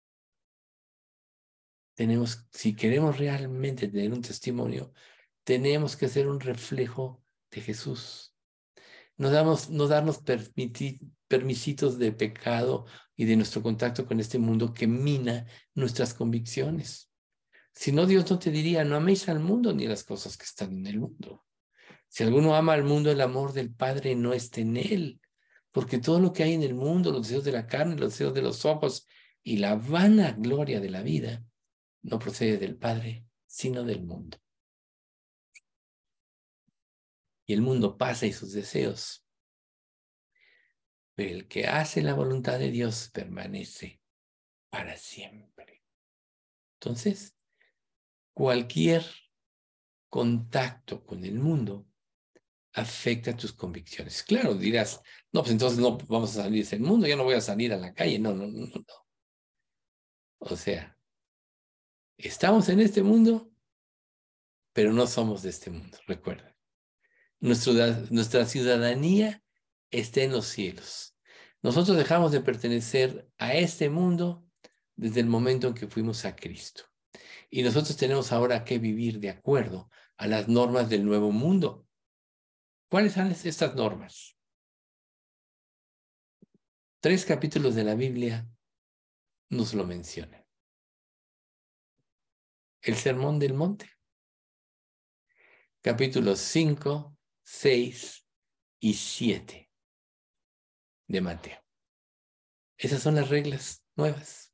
Si queremos realmente tener un testimonio, tenemos que ser un reflejo de Jesús. No darnos permisitos de pecado y de nuestro contacto con este mundo que mina nuestras convicciones. Si no, Dios no te diría, no améis al mundo ni las cosas que están en el mundo. Si alguno ama al mundo, el amor del Padre no está en él. Porque todo lo que hay en el mundo, los deseos de la carne, los deseos de los ojos y la vana gloria de la vida, no procede del Padre, sino del mundo. Y el mundo pasa y sus deseos. Pero el que hace la voluntad de Dios permanece para siempre. Entonces, cualquier contacto con el mundo afecta tus convicciones. Claro, dirás, no, pues entonces no vamos a salir del mundo, ya no voy a salir a la calle. No. O sea, estamos en este mundo, pero no somos de este mundo, recuerda. Nuestra ciudadanía está en los cielos. Nosotros dejamos de pertenecer a este mundo desde el momento en que fuimos a Cristo. Y nosotros tenemos ahora que vivir de acuerdo a las normas del nuevo mundo. ¿Cuáles son estas normas? 3 capítulos de la Biblia nos lo mencionan. El Sermón del Monte. Capítulos 5, 6 y 7 de Mateo. Esas son las reglas nuevas.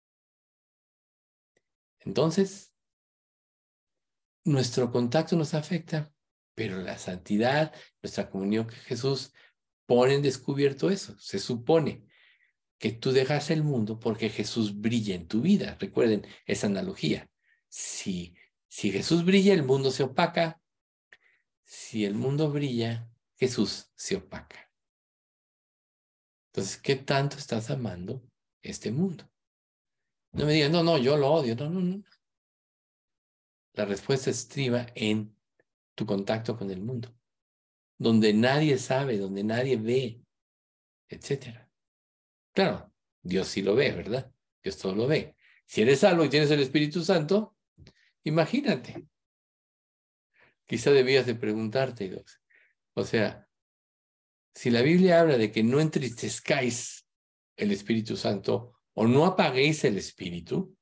Entonces, nuestro contacto nos afecta, pero la santidad, nuestra comunión con Jesús, pone en descubierto eso. Se supone que tú dejas el mundo porque Jesús brilla en tu vida. Recuerden esa analogía. Si Jesús brilla, el mundo se opaca. Si el mundo brilla, Jesús se opaca. Entonces, ¿qué tanto estás amando este mundo? No me digas, no, yo lo odio. No. La respuesta estriba en tu contacto con el mundo, donde nadie sabe, donde nadie ve, etc. Claro, Dios sí lo ve, ¿verdad? Dios todo lo ve. Si eres salvo y tienes el Espíritu Santo, imagínate. Quizá debías de preguntarte, o sea, si la Biblia habla de que no entristezcáis el Espíritu Santo o no apaguéis el Espíritu,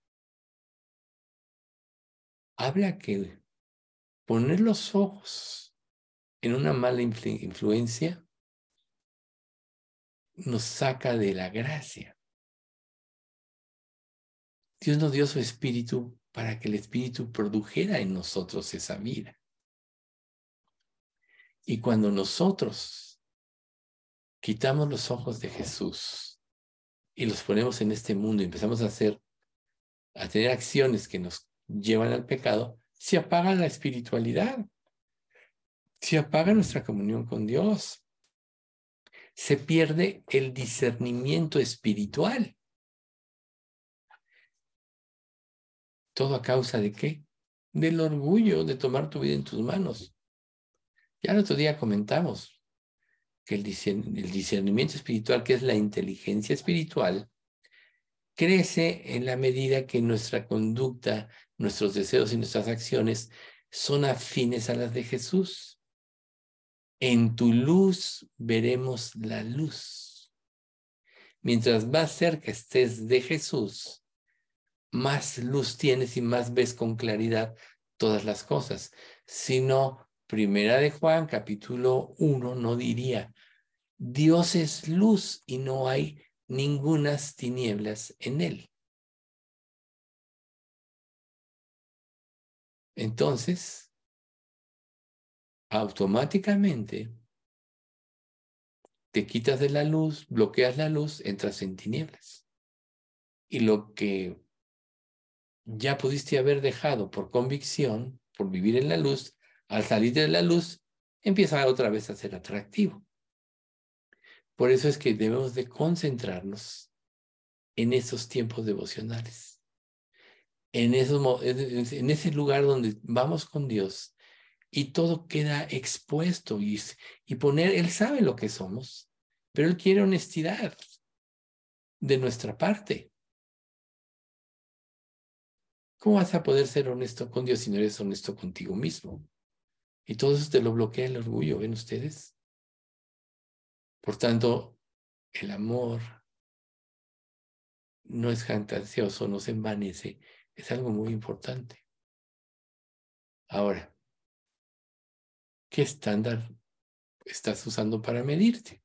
habla que poner los ojos en una mala influencia nos saca de la gracia. Dios nos dio su Espíritu para que el Espíritu produjera en nosotros esa vida. Y cuando nosotros quitamos los ojos de Jesús y los ponemos en este mundo y empezamos a tener acciones que nos llevan al pecado, se apaga la espiritualidad, se apaga nuestra comunión con Dios, se pierde el discernimiento espiritual. ¿Todo a causa de qué? Del orgullo de tomar tu vida en tus manos. Ya el otro día comentamos que el discernimiento espiritual, que es la inteligencia espiritual, crece en la medida que nuestra conducta, nuestros deseos y nuestras acciones son afines a las de Jesús. En tu luz veremos la luz. Mientras más cerca estés de Jesús, más luz tienes y más ves con claridad todas las cosas. Si no, Primera de Juan, capítulo 1, no diría, Dios es luz y no hay ningunas tinieblas en él. Entonces, automáticamente te quitas de la luz, bloqueas la luz, entras en tinieblas. Y lo que ya pudiste haber dejado por convicción, por vivir en la luz, al salir de la luz, empieza otra vez a ser atractivo. Por eso es que debemos de concentrarnos en esos tiempos devocionales, en ese lugar donde vamos con Dios y todo queda expuesto y Él sabe lo que somos, pero Él quiere honestidad de nuestra parte. ¿Cómo vas a poder ser honesto con Dios si no eres honesto contigo mismo? Y todo eso te lo bloquea el orgullo, ¿ven ustedes? Por tanto, el amor no es jactancioso, no se envanece, es algo muy importante. Ahora, ¿qué estándar estás usando para medirte?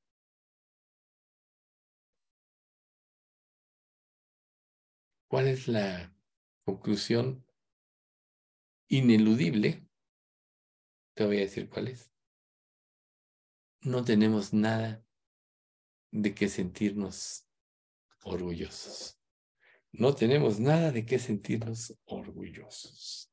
¿Cuál es la conclusión ineludible? Te voy a decir cuál es. No tenemos nada de qué sentirnos orgullosos. No tenemos nada de qué sentirnos orgullosos.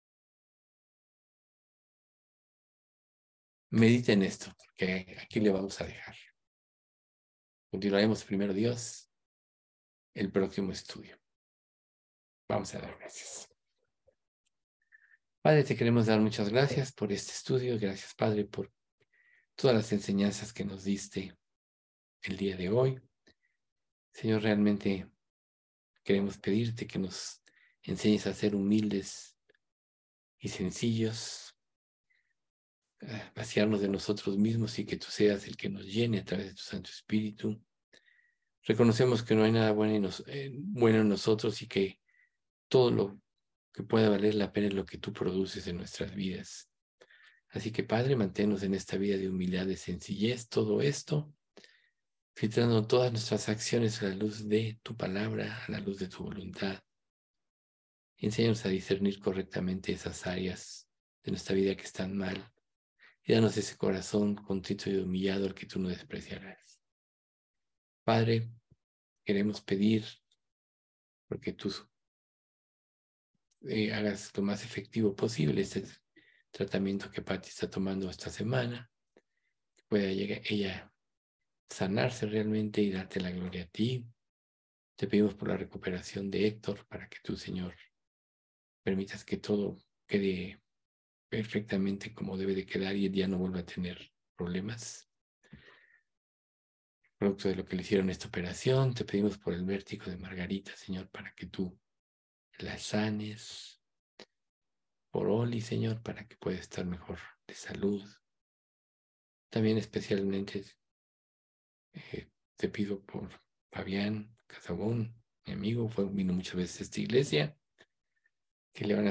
Medita en esto, porque aquí le vamos a dejar. Continuaremos primero Dios, el próximo estudio. Vamos a dar gracias. Padre, te queremos dar muchas gracias por este estudio. Gracias, Padre, por todas las enseñanzas que nos diste el día de hoy. Señor, realmente queremos pedirte que nos enseñes a ser humildes y sencillos, a vaciarnos de nosotros mismos y que tú seas el que nos llene a través de tu Santo Espíritu. Reconocemos que no hay nada bueno en nosotros y que todo lo que pueda valer la pena es lo que tú produces en nuestras vidas. Así que, Padre, manténnos en esta vida de humildad, de sencillez, todo esto, filtrando todas nuestras acciones a la luz de tu palabra, a la luz de tu voluntad. Enséñanos a discernir correctamente esas áreas de nuestra vida que están mal y danos ese corazón contrito y humillado al que tú no despreciarás. Padre, queremos pedir porque tú hagas lo más efectivo posible este tratamiento que Patti está tomando esta semana, que pueda llegar ella sanarse realmente y darte la gloria a ti. Te pedimos por la recuperación de Héctor para que tú, Señor, permitas que todo quede perfectamente como debe de quedar y él ya no vuelva a tener problemas. Producto de lo que le hicieron esta operación, te pedimos por el vértigo de Margarita, Señor, para que tú la sanes. Por Oli, Señor, para que pueda estar mejor de salud. También especialmente te pido por Fabián Casabón, mi amigo, vino muchas veces a esta iglesia, que le van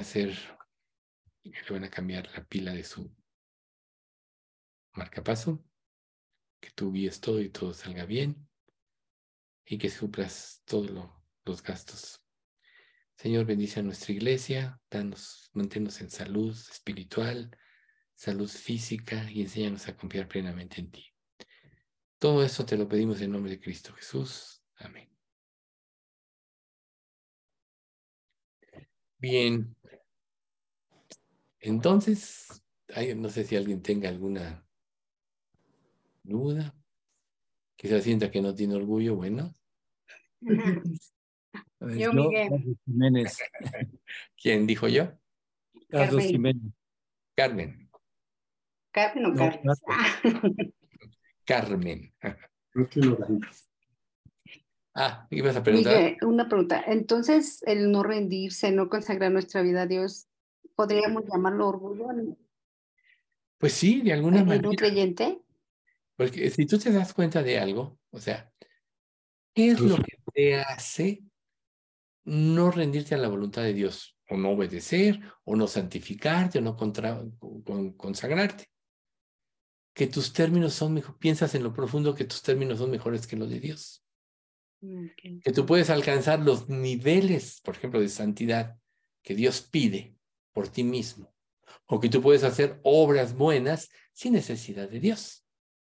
a cambiar la pila de su marcapaso, que tú guíes todo y todo salga bien, y que suplas todos los gastos. Señor, bendice a nuestra iglesia, manténnos en salud espiritual, salud física, y enséñanos a confiar plenamente en ti. Todo esto te lo pedimos en nombre de Cristo Jesús. Amén. Bien. Entonces, no sé si alguien tenga alguna duda. Quizás sienta que no tiene orgullo. Bueno. Yo, Miguel. Carlos Jiménez. ¿Quién dijo yo? Carlos Jiménez. Carmen. Carmen o Carlos. Carmen. Ah, ibas a preguntar. Miguel, una pregunta. Entonces, el no rendirse, no consagrar nuestra vida a Dios, ¿podríamos llamarlo orgullo? Pues sí, de alguna manera. ¿En un creyente? Porque si tú te das cuenta de algo, o sea, ¿qué es lo que te hace no rendirte a la voluntad de Dios? O no obedecer, o no santificarte, o no consagrarte. Que tus términos son mejor, piensas en lo profundo que tus términos son mejores que los de Dios. Okay. Que tú puedes alcanzar los niveles, por ejemplo, de santidad que Dios pide por ti mismo. O que tú puedes hacer obras buenas sin necesidad de Dios.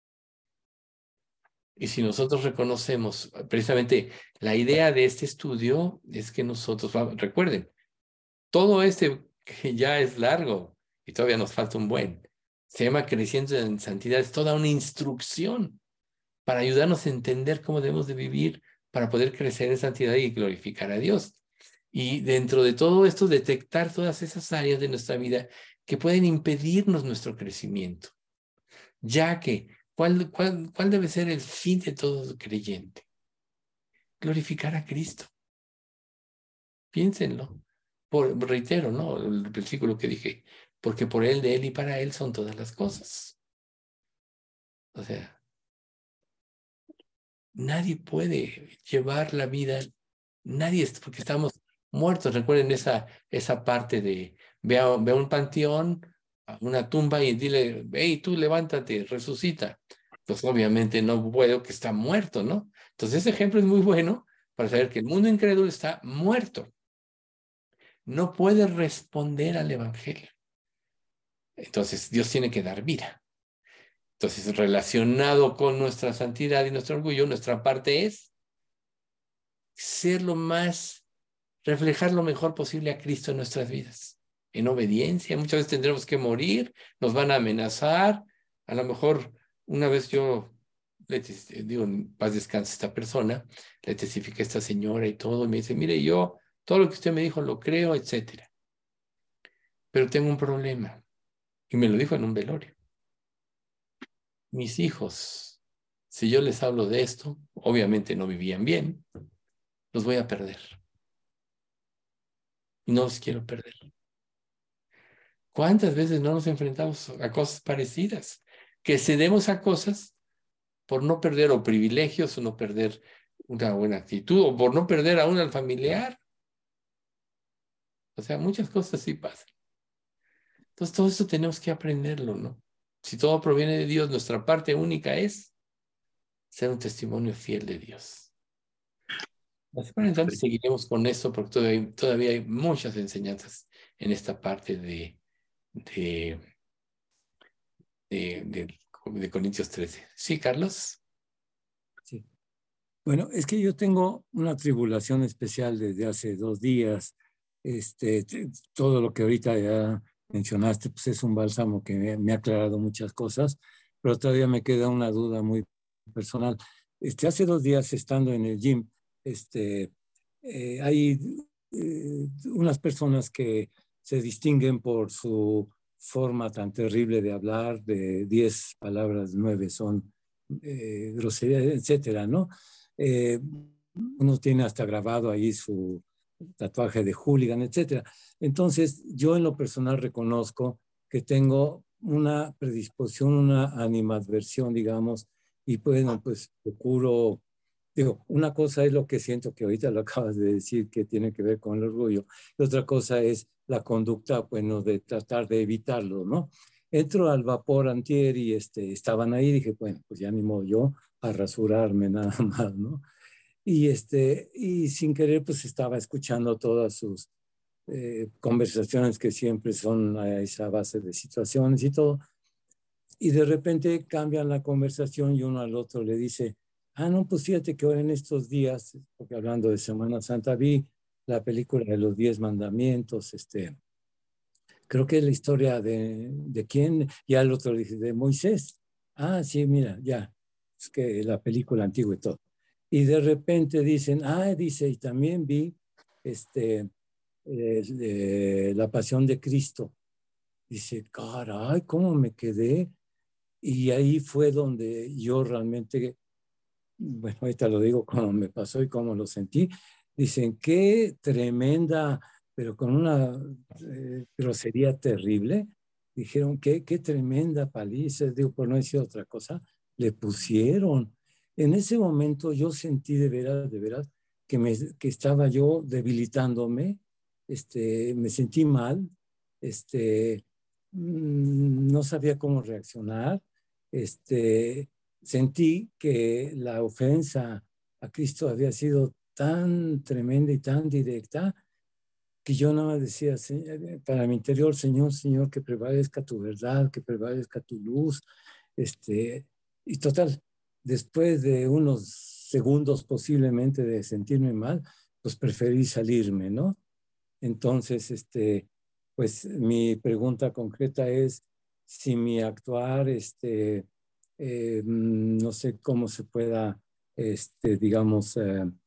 Y si nosotros reconocemos, precisamente la idea de este estudio es que nosotros, recuerden, todo que ya es largo y todavía nos falta un buen, se llama Creciendo en Santidad, es toda una instrucción para ayudarnos a entender cómo debemos de vivir para poder crecer en santidad y glorificar a Dios. Y dentro de todo esto, detectar todas esas áreas de nuestra vida que pueden impedirnos nuestro crecimiento. Ya que, ¿cuál debe ser el fin de todo creyente? Glorificar a Cristo. Piénsenlo. Reitero, ¿no? El versículo que dije, porque por Él, de Él y para Él son todas las cosas. O sea, nadie puede llevar la vida, porque estamos muertos. Recuerden esa parte de, ve a un panteón, a una tumba y dile, hey, tú levántate, resucita. Pues obviamente no puedo, que está muerto, ¿no? Entonces ese ejemplo es muy bueno para saber que el mundo incrédulo está muerto. No puede responder al evangelio. Entonces Dios tiene que dar vida. Entonces, relacionado con nuestra santidad y nuestro orgullo, nuestra parte es reflejar lo mejor posible a Cristo en nuestras vidas, en obediencia. Muchas veces tendremos que morir, nos van a amenazar. A lo mejor una vez yo, digo, en paz descanse esta persona, le testifiqué a esta señora y todo, y me dice, mire, yo todo lo que usted me dijo lo creo, etcétera. Pero tengo un problema. Y me lo dijo en un velorio. Mis hijos, si yo les hablo de esto, obviamente no vivían bien, los voy a perder. Y no los quiero perder. ¿Cuántas veces no nos enfrentamos a cosas parecidas? Que cedemos a cosas por no perder o privilegios o no perder una buena actitud o por no perder aún al familiar. O sea, muchas cosas sí pasan. Entonces, todo esto tenemos que aprenderlo, ¿no? Si todo proviene de Dios, nuestra parte única es ser un testimonio fiel de Dios. Entonces seguiremos con esto porque todavía hay muchas enseñanzas en esta parte de Corintios 13. ¿Sí, Carlos? Sí. Bueno, es que yo tengo una tribulación especial desde hace 2 días. Todo lo que ahorita ya mencionaste, pues es un bálsamo que me ha aclarado muchas cosas, pero todavía me queda una duda muy personal. Hace 2 días estando en el gym, hay unas personas que se distinguen por su forma tan terrible de hablar, de 10 palabras, 9 son groserías, etcétera, ¿no? Uno tiene hasta grabado ahí su tatuaje de hooligan, etc. Entonces, yo en lo personal reconozco que tengo una predisposición, una animadversión, digamos, y bueno, pues procuro, digo, una cosa es lo que siento, que ahorita lo acabas de decir, que tiene que ver con el orgullo, y otra cosa es la conducta, bueno, de tratar de evitarlo, ¿no? Entro al vapor antier y estaban ahí, dije, bueno, pues ya ni modo yo a rasurarme nada más, ¿no? Y sin querer, pues estaba escuchando todas sus conversaciones que siempre son a esa base de situaciones y todo. Y de repente cambian la conversación y uno al otro le dice, ah, no, pues fíjate que ahora en estos días, porque hablando de Semana Santa, vi la película de los 10 mandamientos, creo que es la historia de quién, y al otro le dice, de Moisés. Ah, sí, mira, ya, es que la película antigua y todo. Y de repente dicen, ah, dice, y también vi la pasión de Cristo. Dice, caray, ¿cómo me quedé? Y ahí fue donde yo realmente, bueno, ahorita lo digo cómo me pasó y cómo lo sentí. Dicen, qué tremenda, pero con una grosería terrible. Dijeron, qué tremenda paliza, digo, por no decir otra cosa, le pusieron. En ese momento yo sentí de veras, que estaba yo debilitándome, me sentí mal, no sabía cómo reaccionar, sentí que la ofensa a Cristo había sido tan tremenda y tan directa que yo nada más decía para mi interior, Señor, Señor, que prevalezca tu verdad, que prevalezca tu luz. Y total, después de unos segundos posiblemente de sentirme mal, pues preferí salirme, ¿no? Entonces, pues mi pregunta concreta es si mi actuar, no sé cómo se pueda, digamos,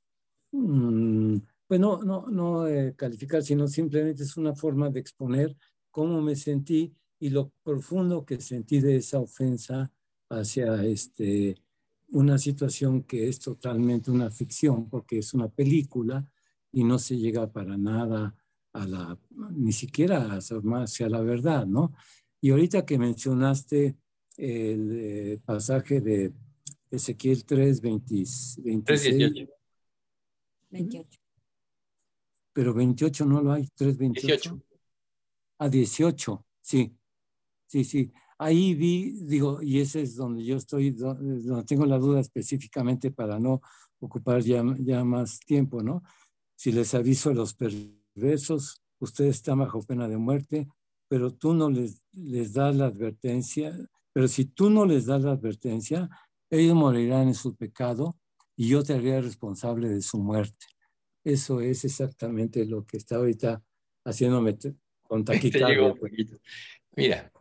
pues no calificar, sino simplemente es una forma de exponer cómo me sentí y lo profundo que sentí de esa ofensa hacia una situación que es totalmente una ficción, porque es una película y no se llega para nada ni siquiera a asomarse a la verdad, ¿no? Y ahorita que mencionaste el pasaje de Ezequiel 3, 26, 3:18. 28. pero 28 no lo hay, 3:28. 18. A 18, sí, sí, sí. Ahí vi, digo, y ese es donde yo estoy, donde tengo la duda específicamente para no ocupar ya más tiempo, ¿no? Si les aviso a los perversos, ustedes están bajo pena de muerte, pero tú no les das la advertencia, pero si tú no les das la advertencia, ellos morirán en su pecado y yo te haré responsable de su muerte. Eso es exactamente lo que está ahorita haciéndome con Te llegó taquicardia. un poquito. Mira,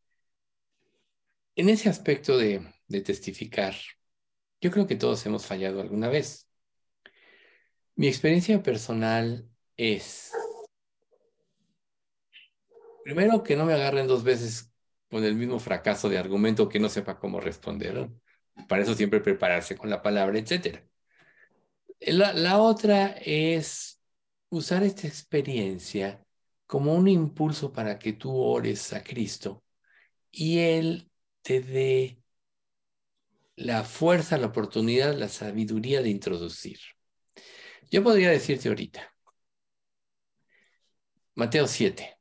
en ese aspecto de testificar, yo creo que todos hemos fallado alguna vez. Mi experiencia personal es, primero, que no me agarren dos veces con el mismo fracaso de argumento que no sepa cómo responder, ¿no? Para eso siempre prepararse con la palabra, etc. La otra es usar esta experiencia como un impulso para que tú ores a Cristo y Él te dé la fuerza, la oportunidad, la sabiduría de introducir. Yo podría decirte ahorita, Mateo 7,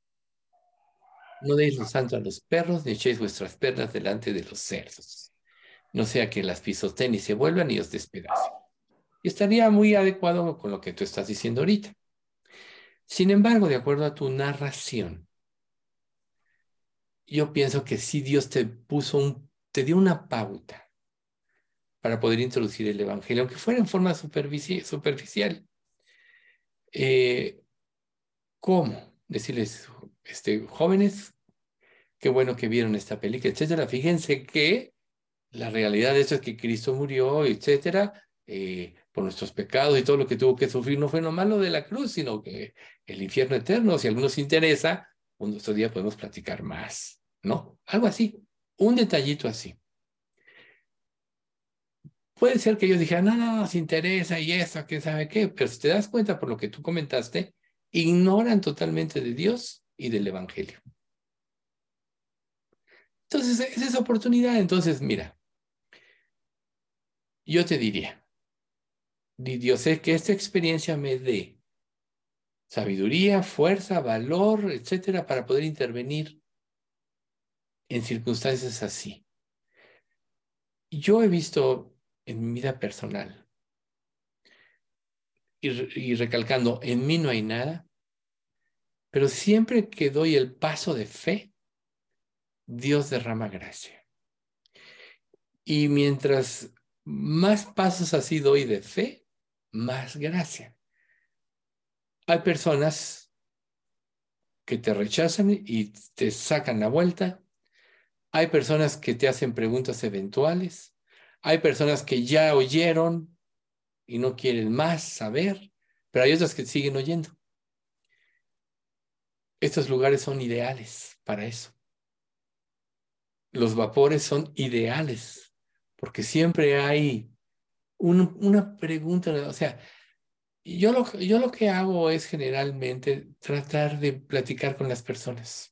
no deis lo santo a los perros, ni echéis vuestras perlas delante de los cerdos, no sea que las pisoteen y se vuelvan y os despedacen. Y estaría muy adecuado con lo que tú estás diciendo ahorita. Sin embargo, de acuerdo a tu narración, yo pienso que sí Dios te dio una pauta para poder introducir el evangelio, aunque fuera en forma superficial. ¿Cómo? Decirles, jóvenes, qué bueno que vieron esta película, etcétera. Fíjense que la realidad de esto es que Cristo murió, etcétera, por nuestros pecados y todo lo que tuvo que sufrir no fue lo malo de la cruz, sino que el infierno eterno. Si a algunos interesa, otro día podemos platicar más, ¿no? Algo así, un detallito así. puede ser que ellos dijeran, no, no, nos interesa y eso, quién sabe qué, pero si te das cuenta por lo que tú comentaste, ignoran totalmente de Dios y del Evangelio. Entonces, es esa oportunidad. Entonces, mira, yo te diría, Dios, sé que esta experiencia me dé sabiduría, fuerza, valor, etcétera, para poder intervenir en circunstancias así. Yo he visto en mi vida personal, y recalcando, en mí no hay nada, pero siempre que doy el paso de fe, Dios derrama gracia. Y mientras más pasos así doy de fe, más gracia. Hay personas que te rechazan y te sacan la vuelta. Hay personas que te hacen preguntas eventuales. Hay personas que ya oyeron y no quieren más saber, pero hay otras que siguen oyendo. Estos lugares son ideales para eso. Los vapores son ideales, porque siempre hay una pregunta, o sea, yo lo que hago es generalmente tratar de platicar con las personas.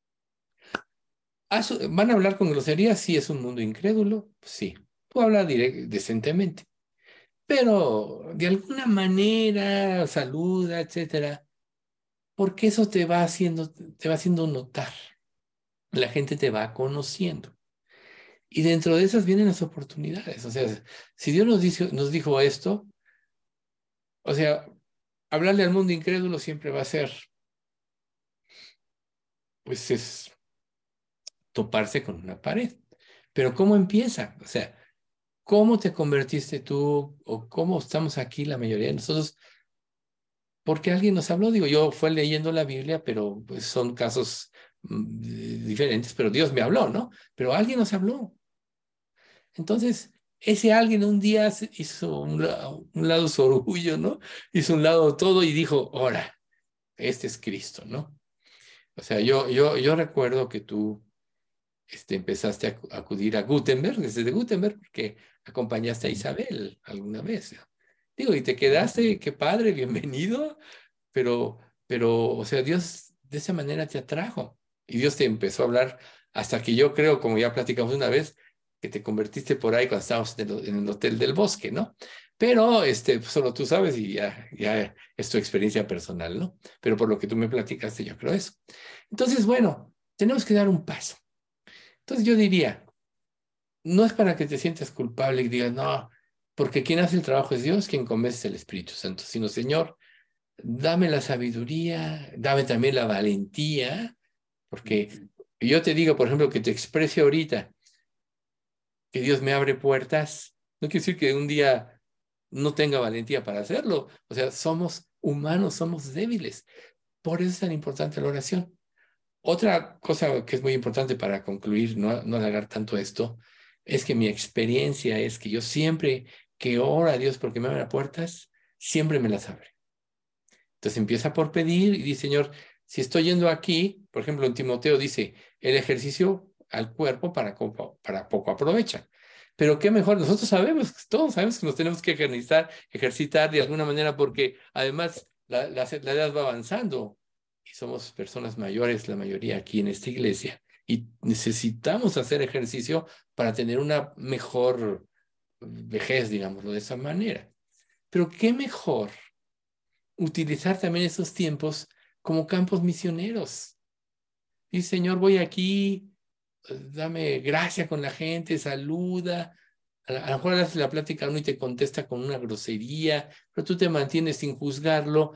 ¿Van a hablar con grosería? Sí, es un mundo incrédulo, sí. Tú hablas decentemente, pero de alguna manera saluda, etcétera, porque eso te va haciendo notar. La gente te va conociendo. Y dentro de esas vienen las oportunidades. O sea, si Dios nos dijo esto, o sea, hablarle al mundo incrédulo siempre va a ser, pues es toparse con una pared. Pero ¿cómo empieza? O sea, ¿cómo te convertiste tú o cómo estamos aquí la mayoría de nosotros? Porque alguien nos habló, digo, yo fui leyendo la Biblia, pero pues son casos diferentes, pero Dios me habló, ¿no? Pero alguien nos habló. Entonces, ese alguien un día hizo un lado su orgullo, ¿no? Hizo un lado todo y dijo, ahora, este es Cristo, ¿no? O sea, yo recuerdo que tú empezaste a acudir a Gutenberg, desde Gutenberg, porque acompañaste a Isabel alguna vez, ¿no? Digo, y te quedaste, qué padre, bienvenido, pero, o sea, Dios de esa manera te atrajo y Dios te empezó a hablar hasta que yo creo, como ya platicamos una vez, que te convertiste por ahí cuando estábamos en el Hotel del Bosque, ¿no? Pero solo tú sabes y ya es tu experiencia personal, ¿no? Pero por lo que tú me platicaste, yo creo eso. Entonces, bueno, tenemos que dar un paso. Entonces yo diría, no es para que te sientas culpable y digas, no, porque quien hace el trabajo es Dios, quien convence es el Espíritu Santo, sino, Señor, dame la sabiduría, dame también la valentía, porque yo te digo, por ejemplo, que te exprese ahorita que Dios me abre puertas, no quiere decir que un día no tenga valentía para hacerlo. O sea, somos humanos, somos débiles. Por eso es tan importante la oración. Otra cosa que es muy importante para concluir, no alargar tanto esto, es que mi experiencia es que yo siempre que oro a Dios porque me abre puertas, siempre me las abre. Entonces empieza por pedir y dice, Señor, si estoy yendo aquí, por ejemplo, en Timoteo dice, el ejercicio al cuerpo para poco aprovecha. Pero qué mejor, nosotros sabemos, todos sabemos que nos tenemos que ejercitar de alguna manera porque además la edad va avanzando y somos personas mayores, la mayoría aquí en esta iglesia, y necesitamos hacer ejercicio para tener una mejor vejez, digámoslo de esa manera. Pero qué mejor utilizar también esos tiempos como campos misioneros. Y Señor, voy aquí, dame gracia con la gente, saluda. A lo mejor haces la plática a uno y te contesta con una grosería, pero tú te mantienes sin juzgarlo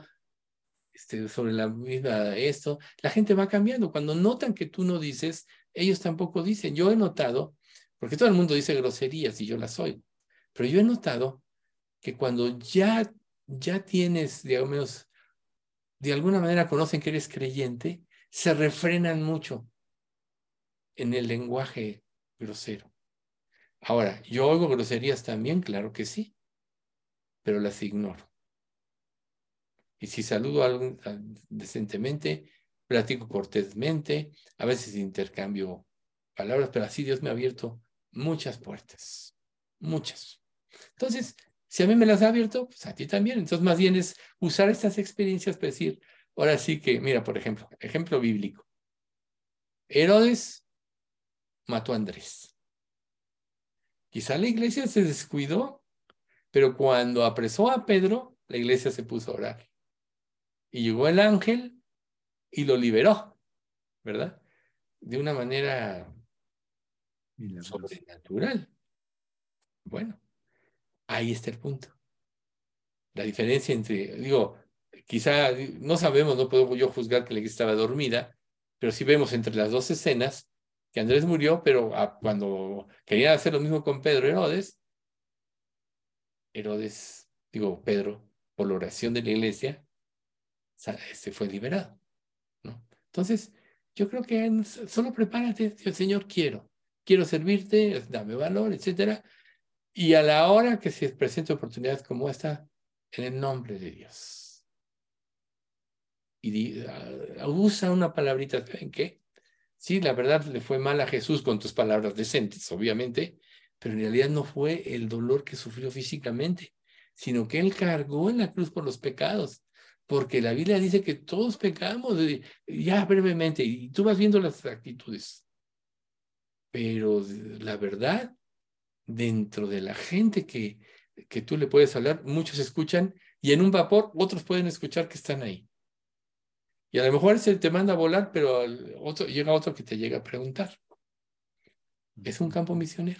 sobre la misma esto. La gente va cambiando. Cuando notan que tú no dices, ellos tampoco dicen. Yo he notado, porque todo el mundo dice groserías y yo las oigo, pero yo he notado que cuando ya tienes, digamos, de alguna manera conocen que eres creyente, se refrenan mucho en el lenguaje grosero. Ahora, yo oigo groserías también, claro que sí, pero las ignoro. Y si saludo a alguien decentemente, platico cortésmente, a veces intercambio palabras, pero así Dios me ha abierto muchas puertas, muchas. Entonces, si a mí me las ha abierto, pues a ti también. Entonces, más bien es usar estas experiencias para decir, ahora sí que, mira, por ejemplo, ejemplo bíblico. Herodes mató a Andrés. Quizá la iglesia se descuidó, pero cuando apresó a Pedro, la iglesia se puso a orar. Y llegó el ángel y lo liberó, ¿verdad? De una manera sobrenatural. Bueno, ahí está el punto. La diferencia entre, digo, quizá no sabemos, no puedo yo juzgar que la iglesia estaba dormida, pero sí vemos entre las dos escenas que Andrés murió, pero cuando querían hacer lo mismo con Pedro Pedro, por la oración de la iglesia, se fue liberado, ¿no? Entonces, yo creo que solo prepárate, Señor, quiero servirte, dame valor, etcétera, y a la hora que se presente oportunidades como esta, en el nombre de Dios. Y usa una palabrita, ¿saben qué? Sí, la verdad le fue mal a Jesús con tus palabras decentes, obviamente, pero en realidad no fue el dolor que sufrió físicamente, sino que él cargó en la cruz por los pecados, porque la Biblia dice que todos pecamos, ya brevemente, y tú vas viendo las actitudes, pero la verdad, dentro de la gente que tú le puedes hablar, muchos escuchan, y en un vapor otros pueden escuchar que están ahí. Y a lo mejor se te manda a volar, pero llega otro que te llega a preguntar. Es un campo misionero.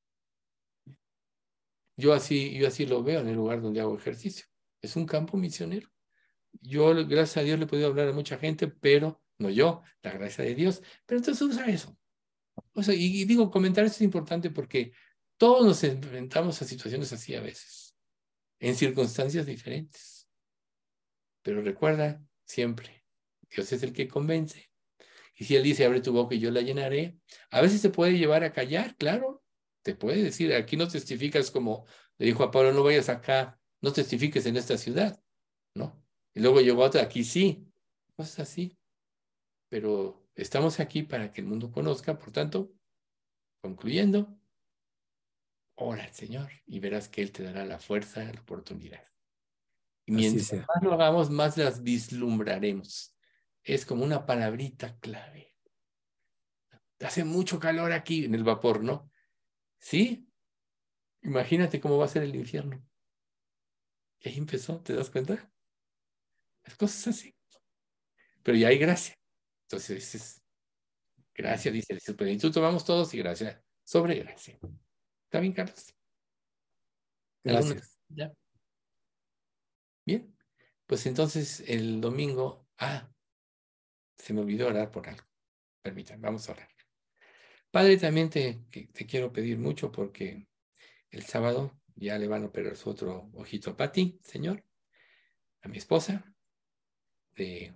Yo así lo veo en el lugar donde hago ejercicio. Es un campo misionero. Yo, gracias a Dios, le he podido hablar a mucha gente, pero no yo, la gracia de Dios. Pero entonces usa eso. O sea, y digo, comentar esto es importante porque todos nos enfrentamos a situaciones así a veces, en circunstancias diferentes. Pero recuerda siempre, Dios es el que convence. Y si Él dice, abre tu boca y yo la llenaré, a veces te puede llevar a callar, claro. Te puede decir, aquí no testificas como le dijo a Pablo, no vayas acá, no testifiques en esta ciudad, ¿no? Y luego llegó otra, aquí sí, cosas así. Pero estamos aquí para que el mundo conozca, por tanto, concluyendo, ora al Señor y verás que Él te dará la fuerza, la oportunidad. Y Así mientras sea. más lo hagamos, más las vislumbraremos. Es como una palabrita clave. Hace mucho calor aquí en el vapor, ¿no? ¿Sí? Imagínate cómo va a ser el infierno. Y ahí empezó, ¿te das cuenta? Las cosas así. Pero ya hay gracia. Entonces, gracia, dice el plenitud, tomamos todos y gracia sobre gracia. ¿Está bien, Carlos? ¿Alguna? Gracias. ¿Ya? Bien. Pues entonces el domingo, se me olvidó orar por algo. Permítanme, vamos a orar. Padre, también te quiero pedir mucho porque el sábado ya le van a operar su otro ojito a Pati, Señor, a mi esposa, de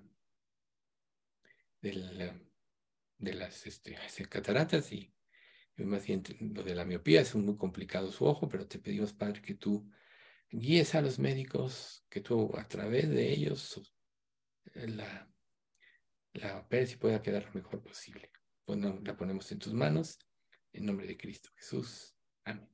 las cataratas y más bien lo de la miopía. Es muy complicado su ojo, pero te pedimos, Padre, que tú guíes a los médicos, que tú a través de ellos la operes y pueda quedar lo mejor posible. Bueno, la ponemos en tus manos, en nombre de Cristo Jesús. Amén.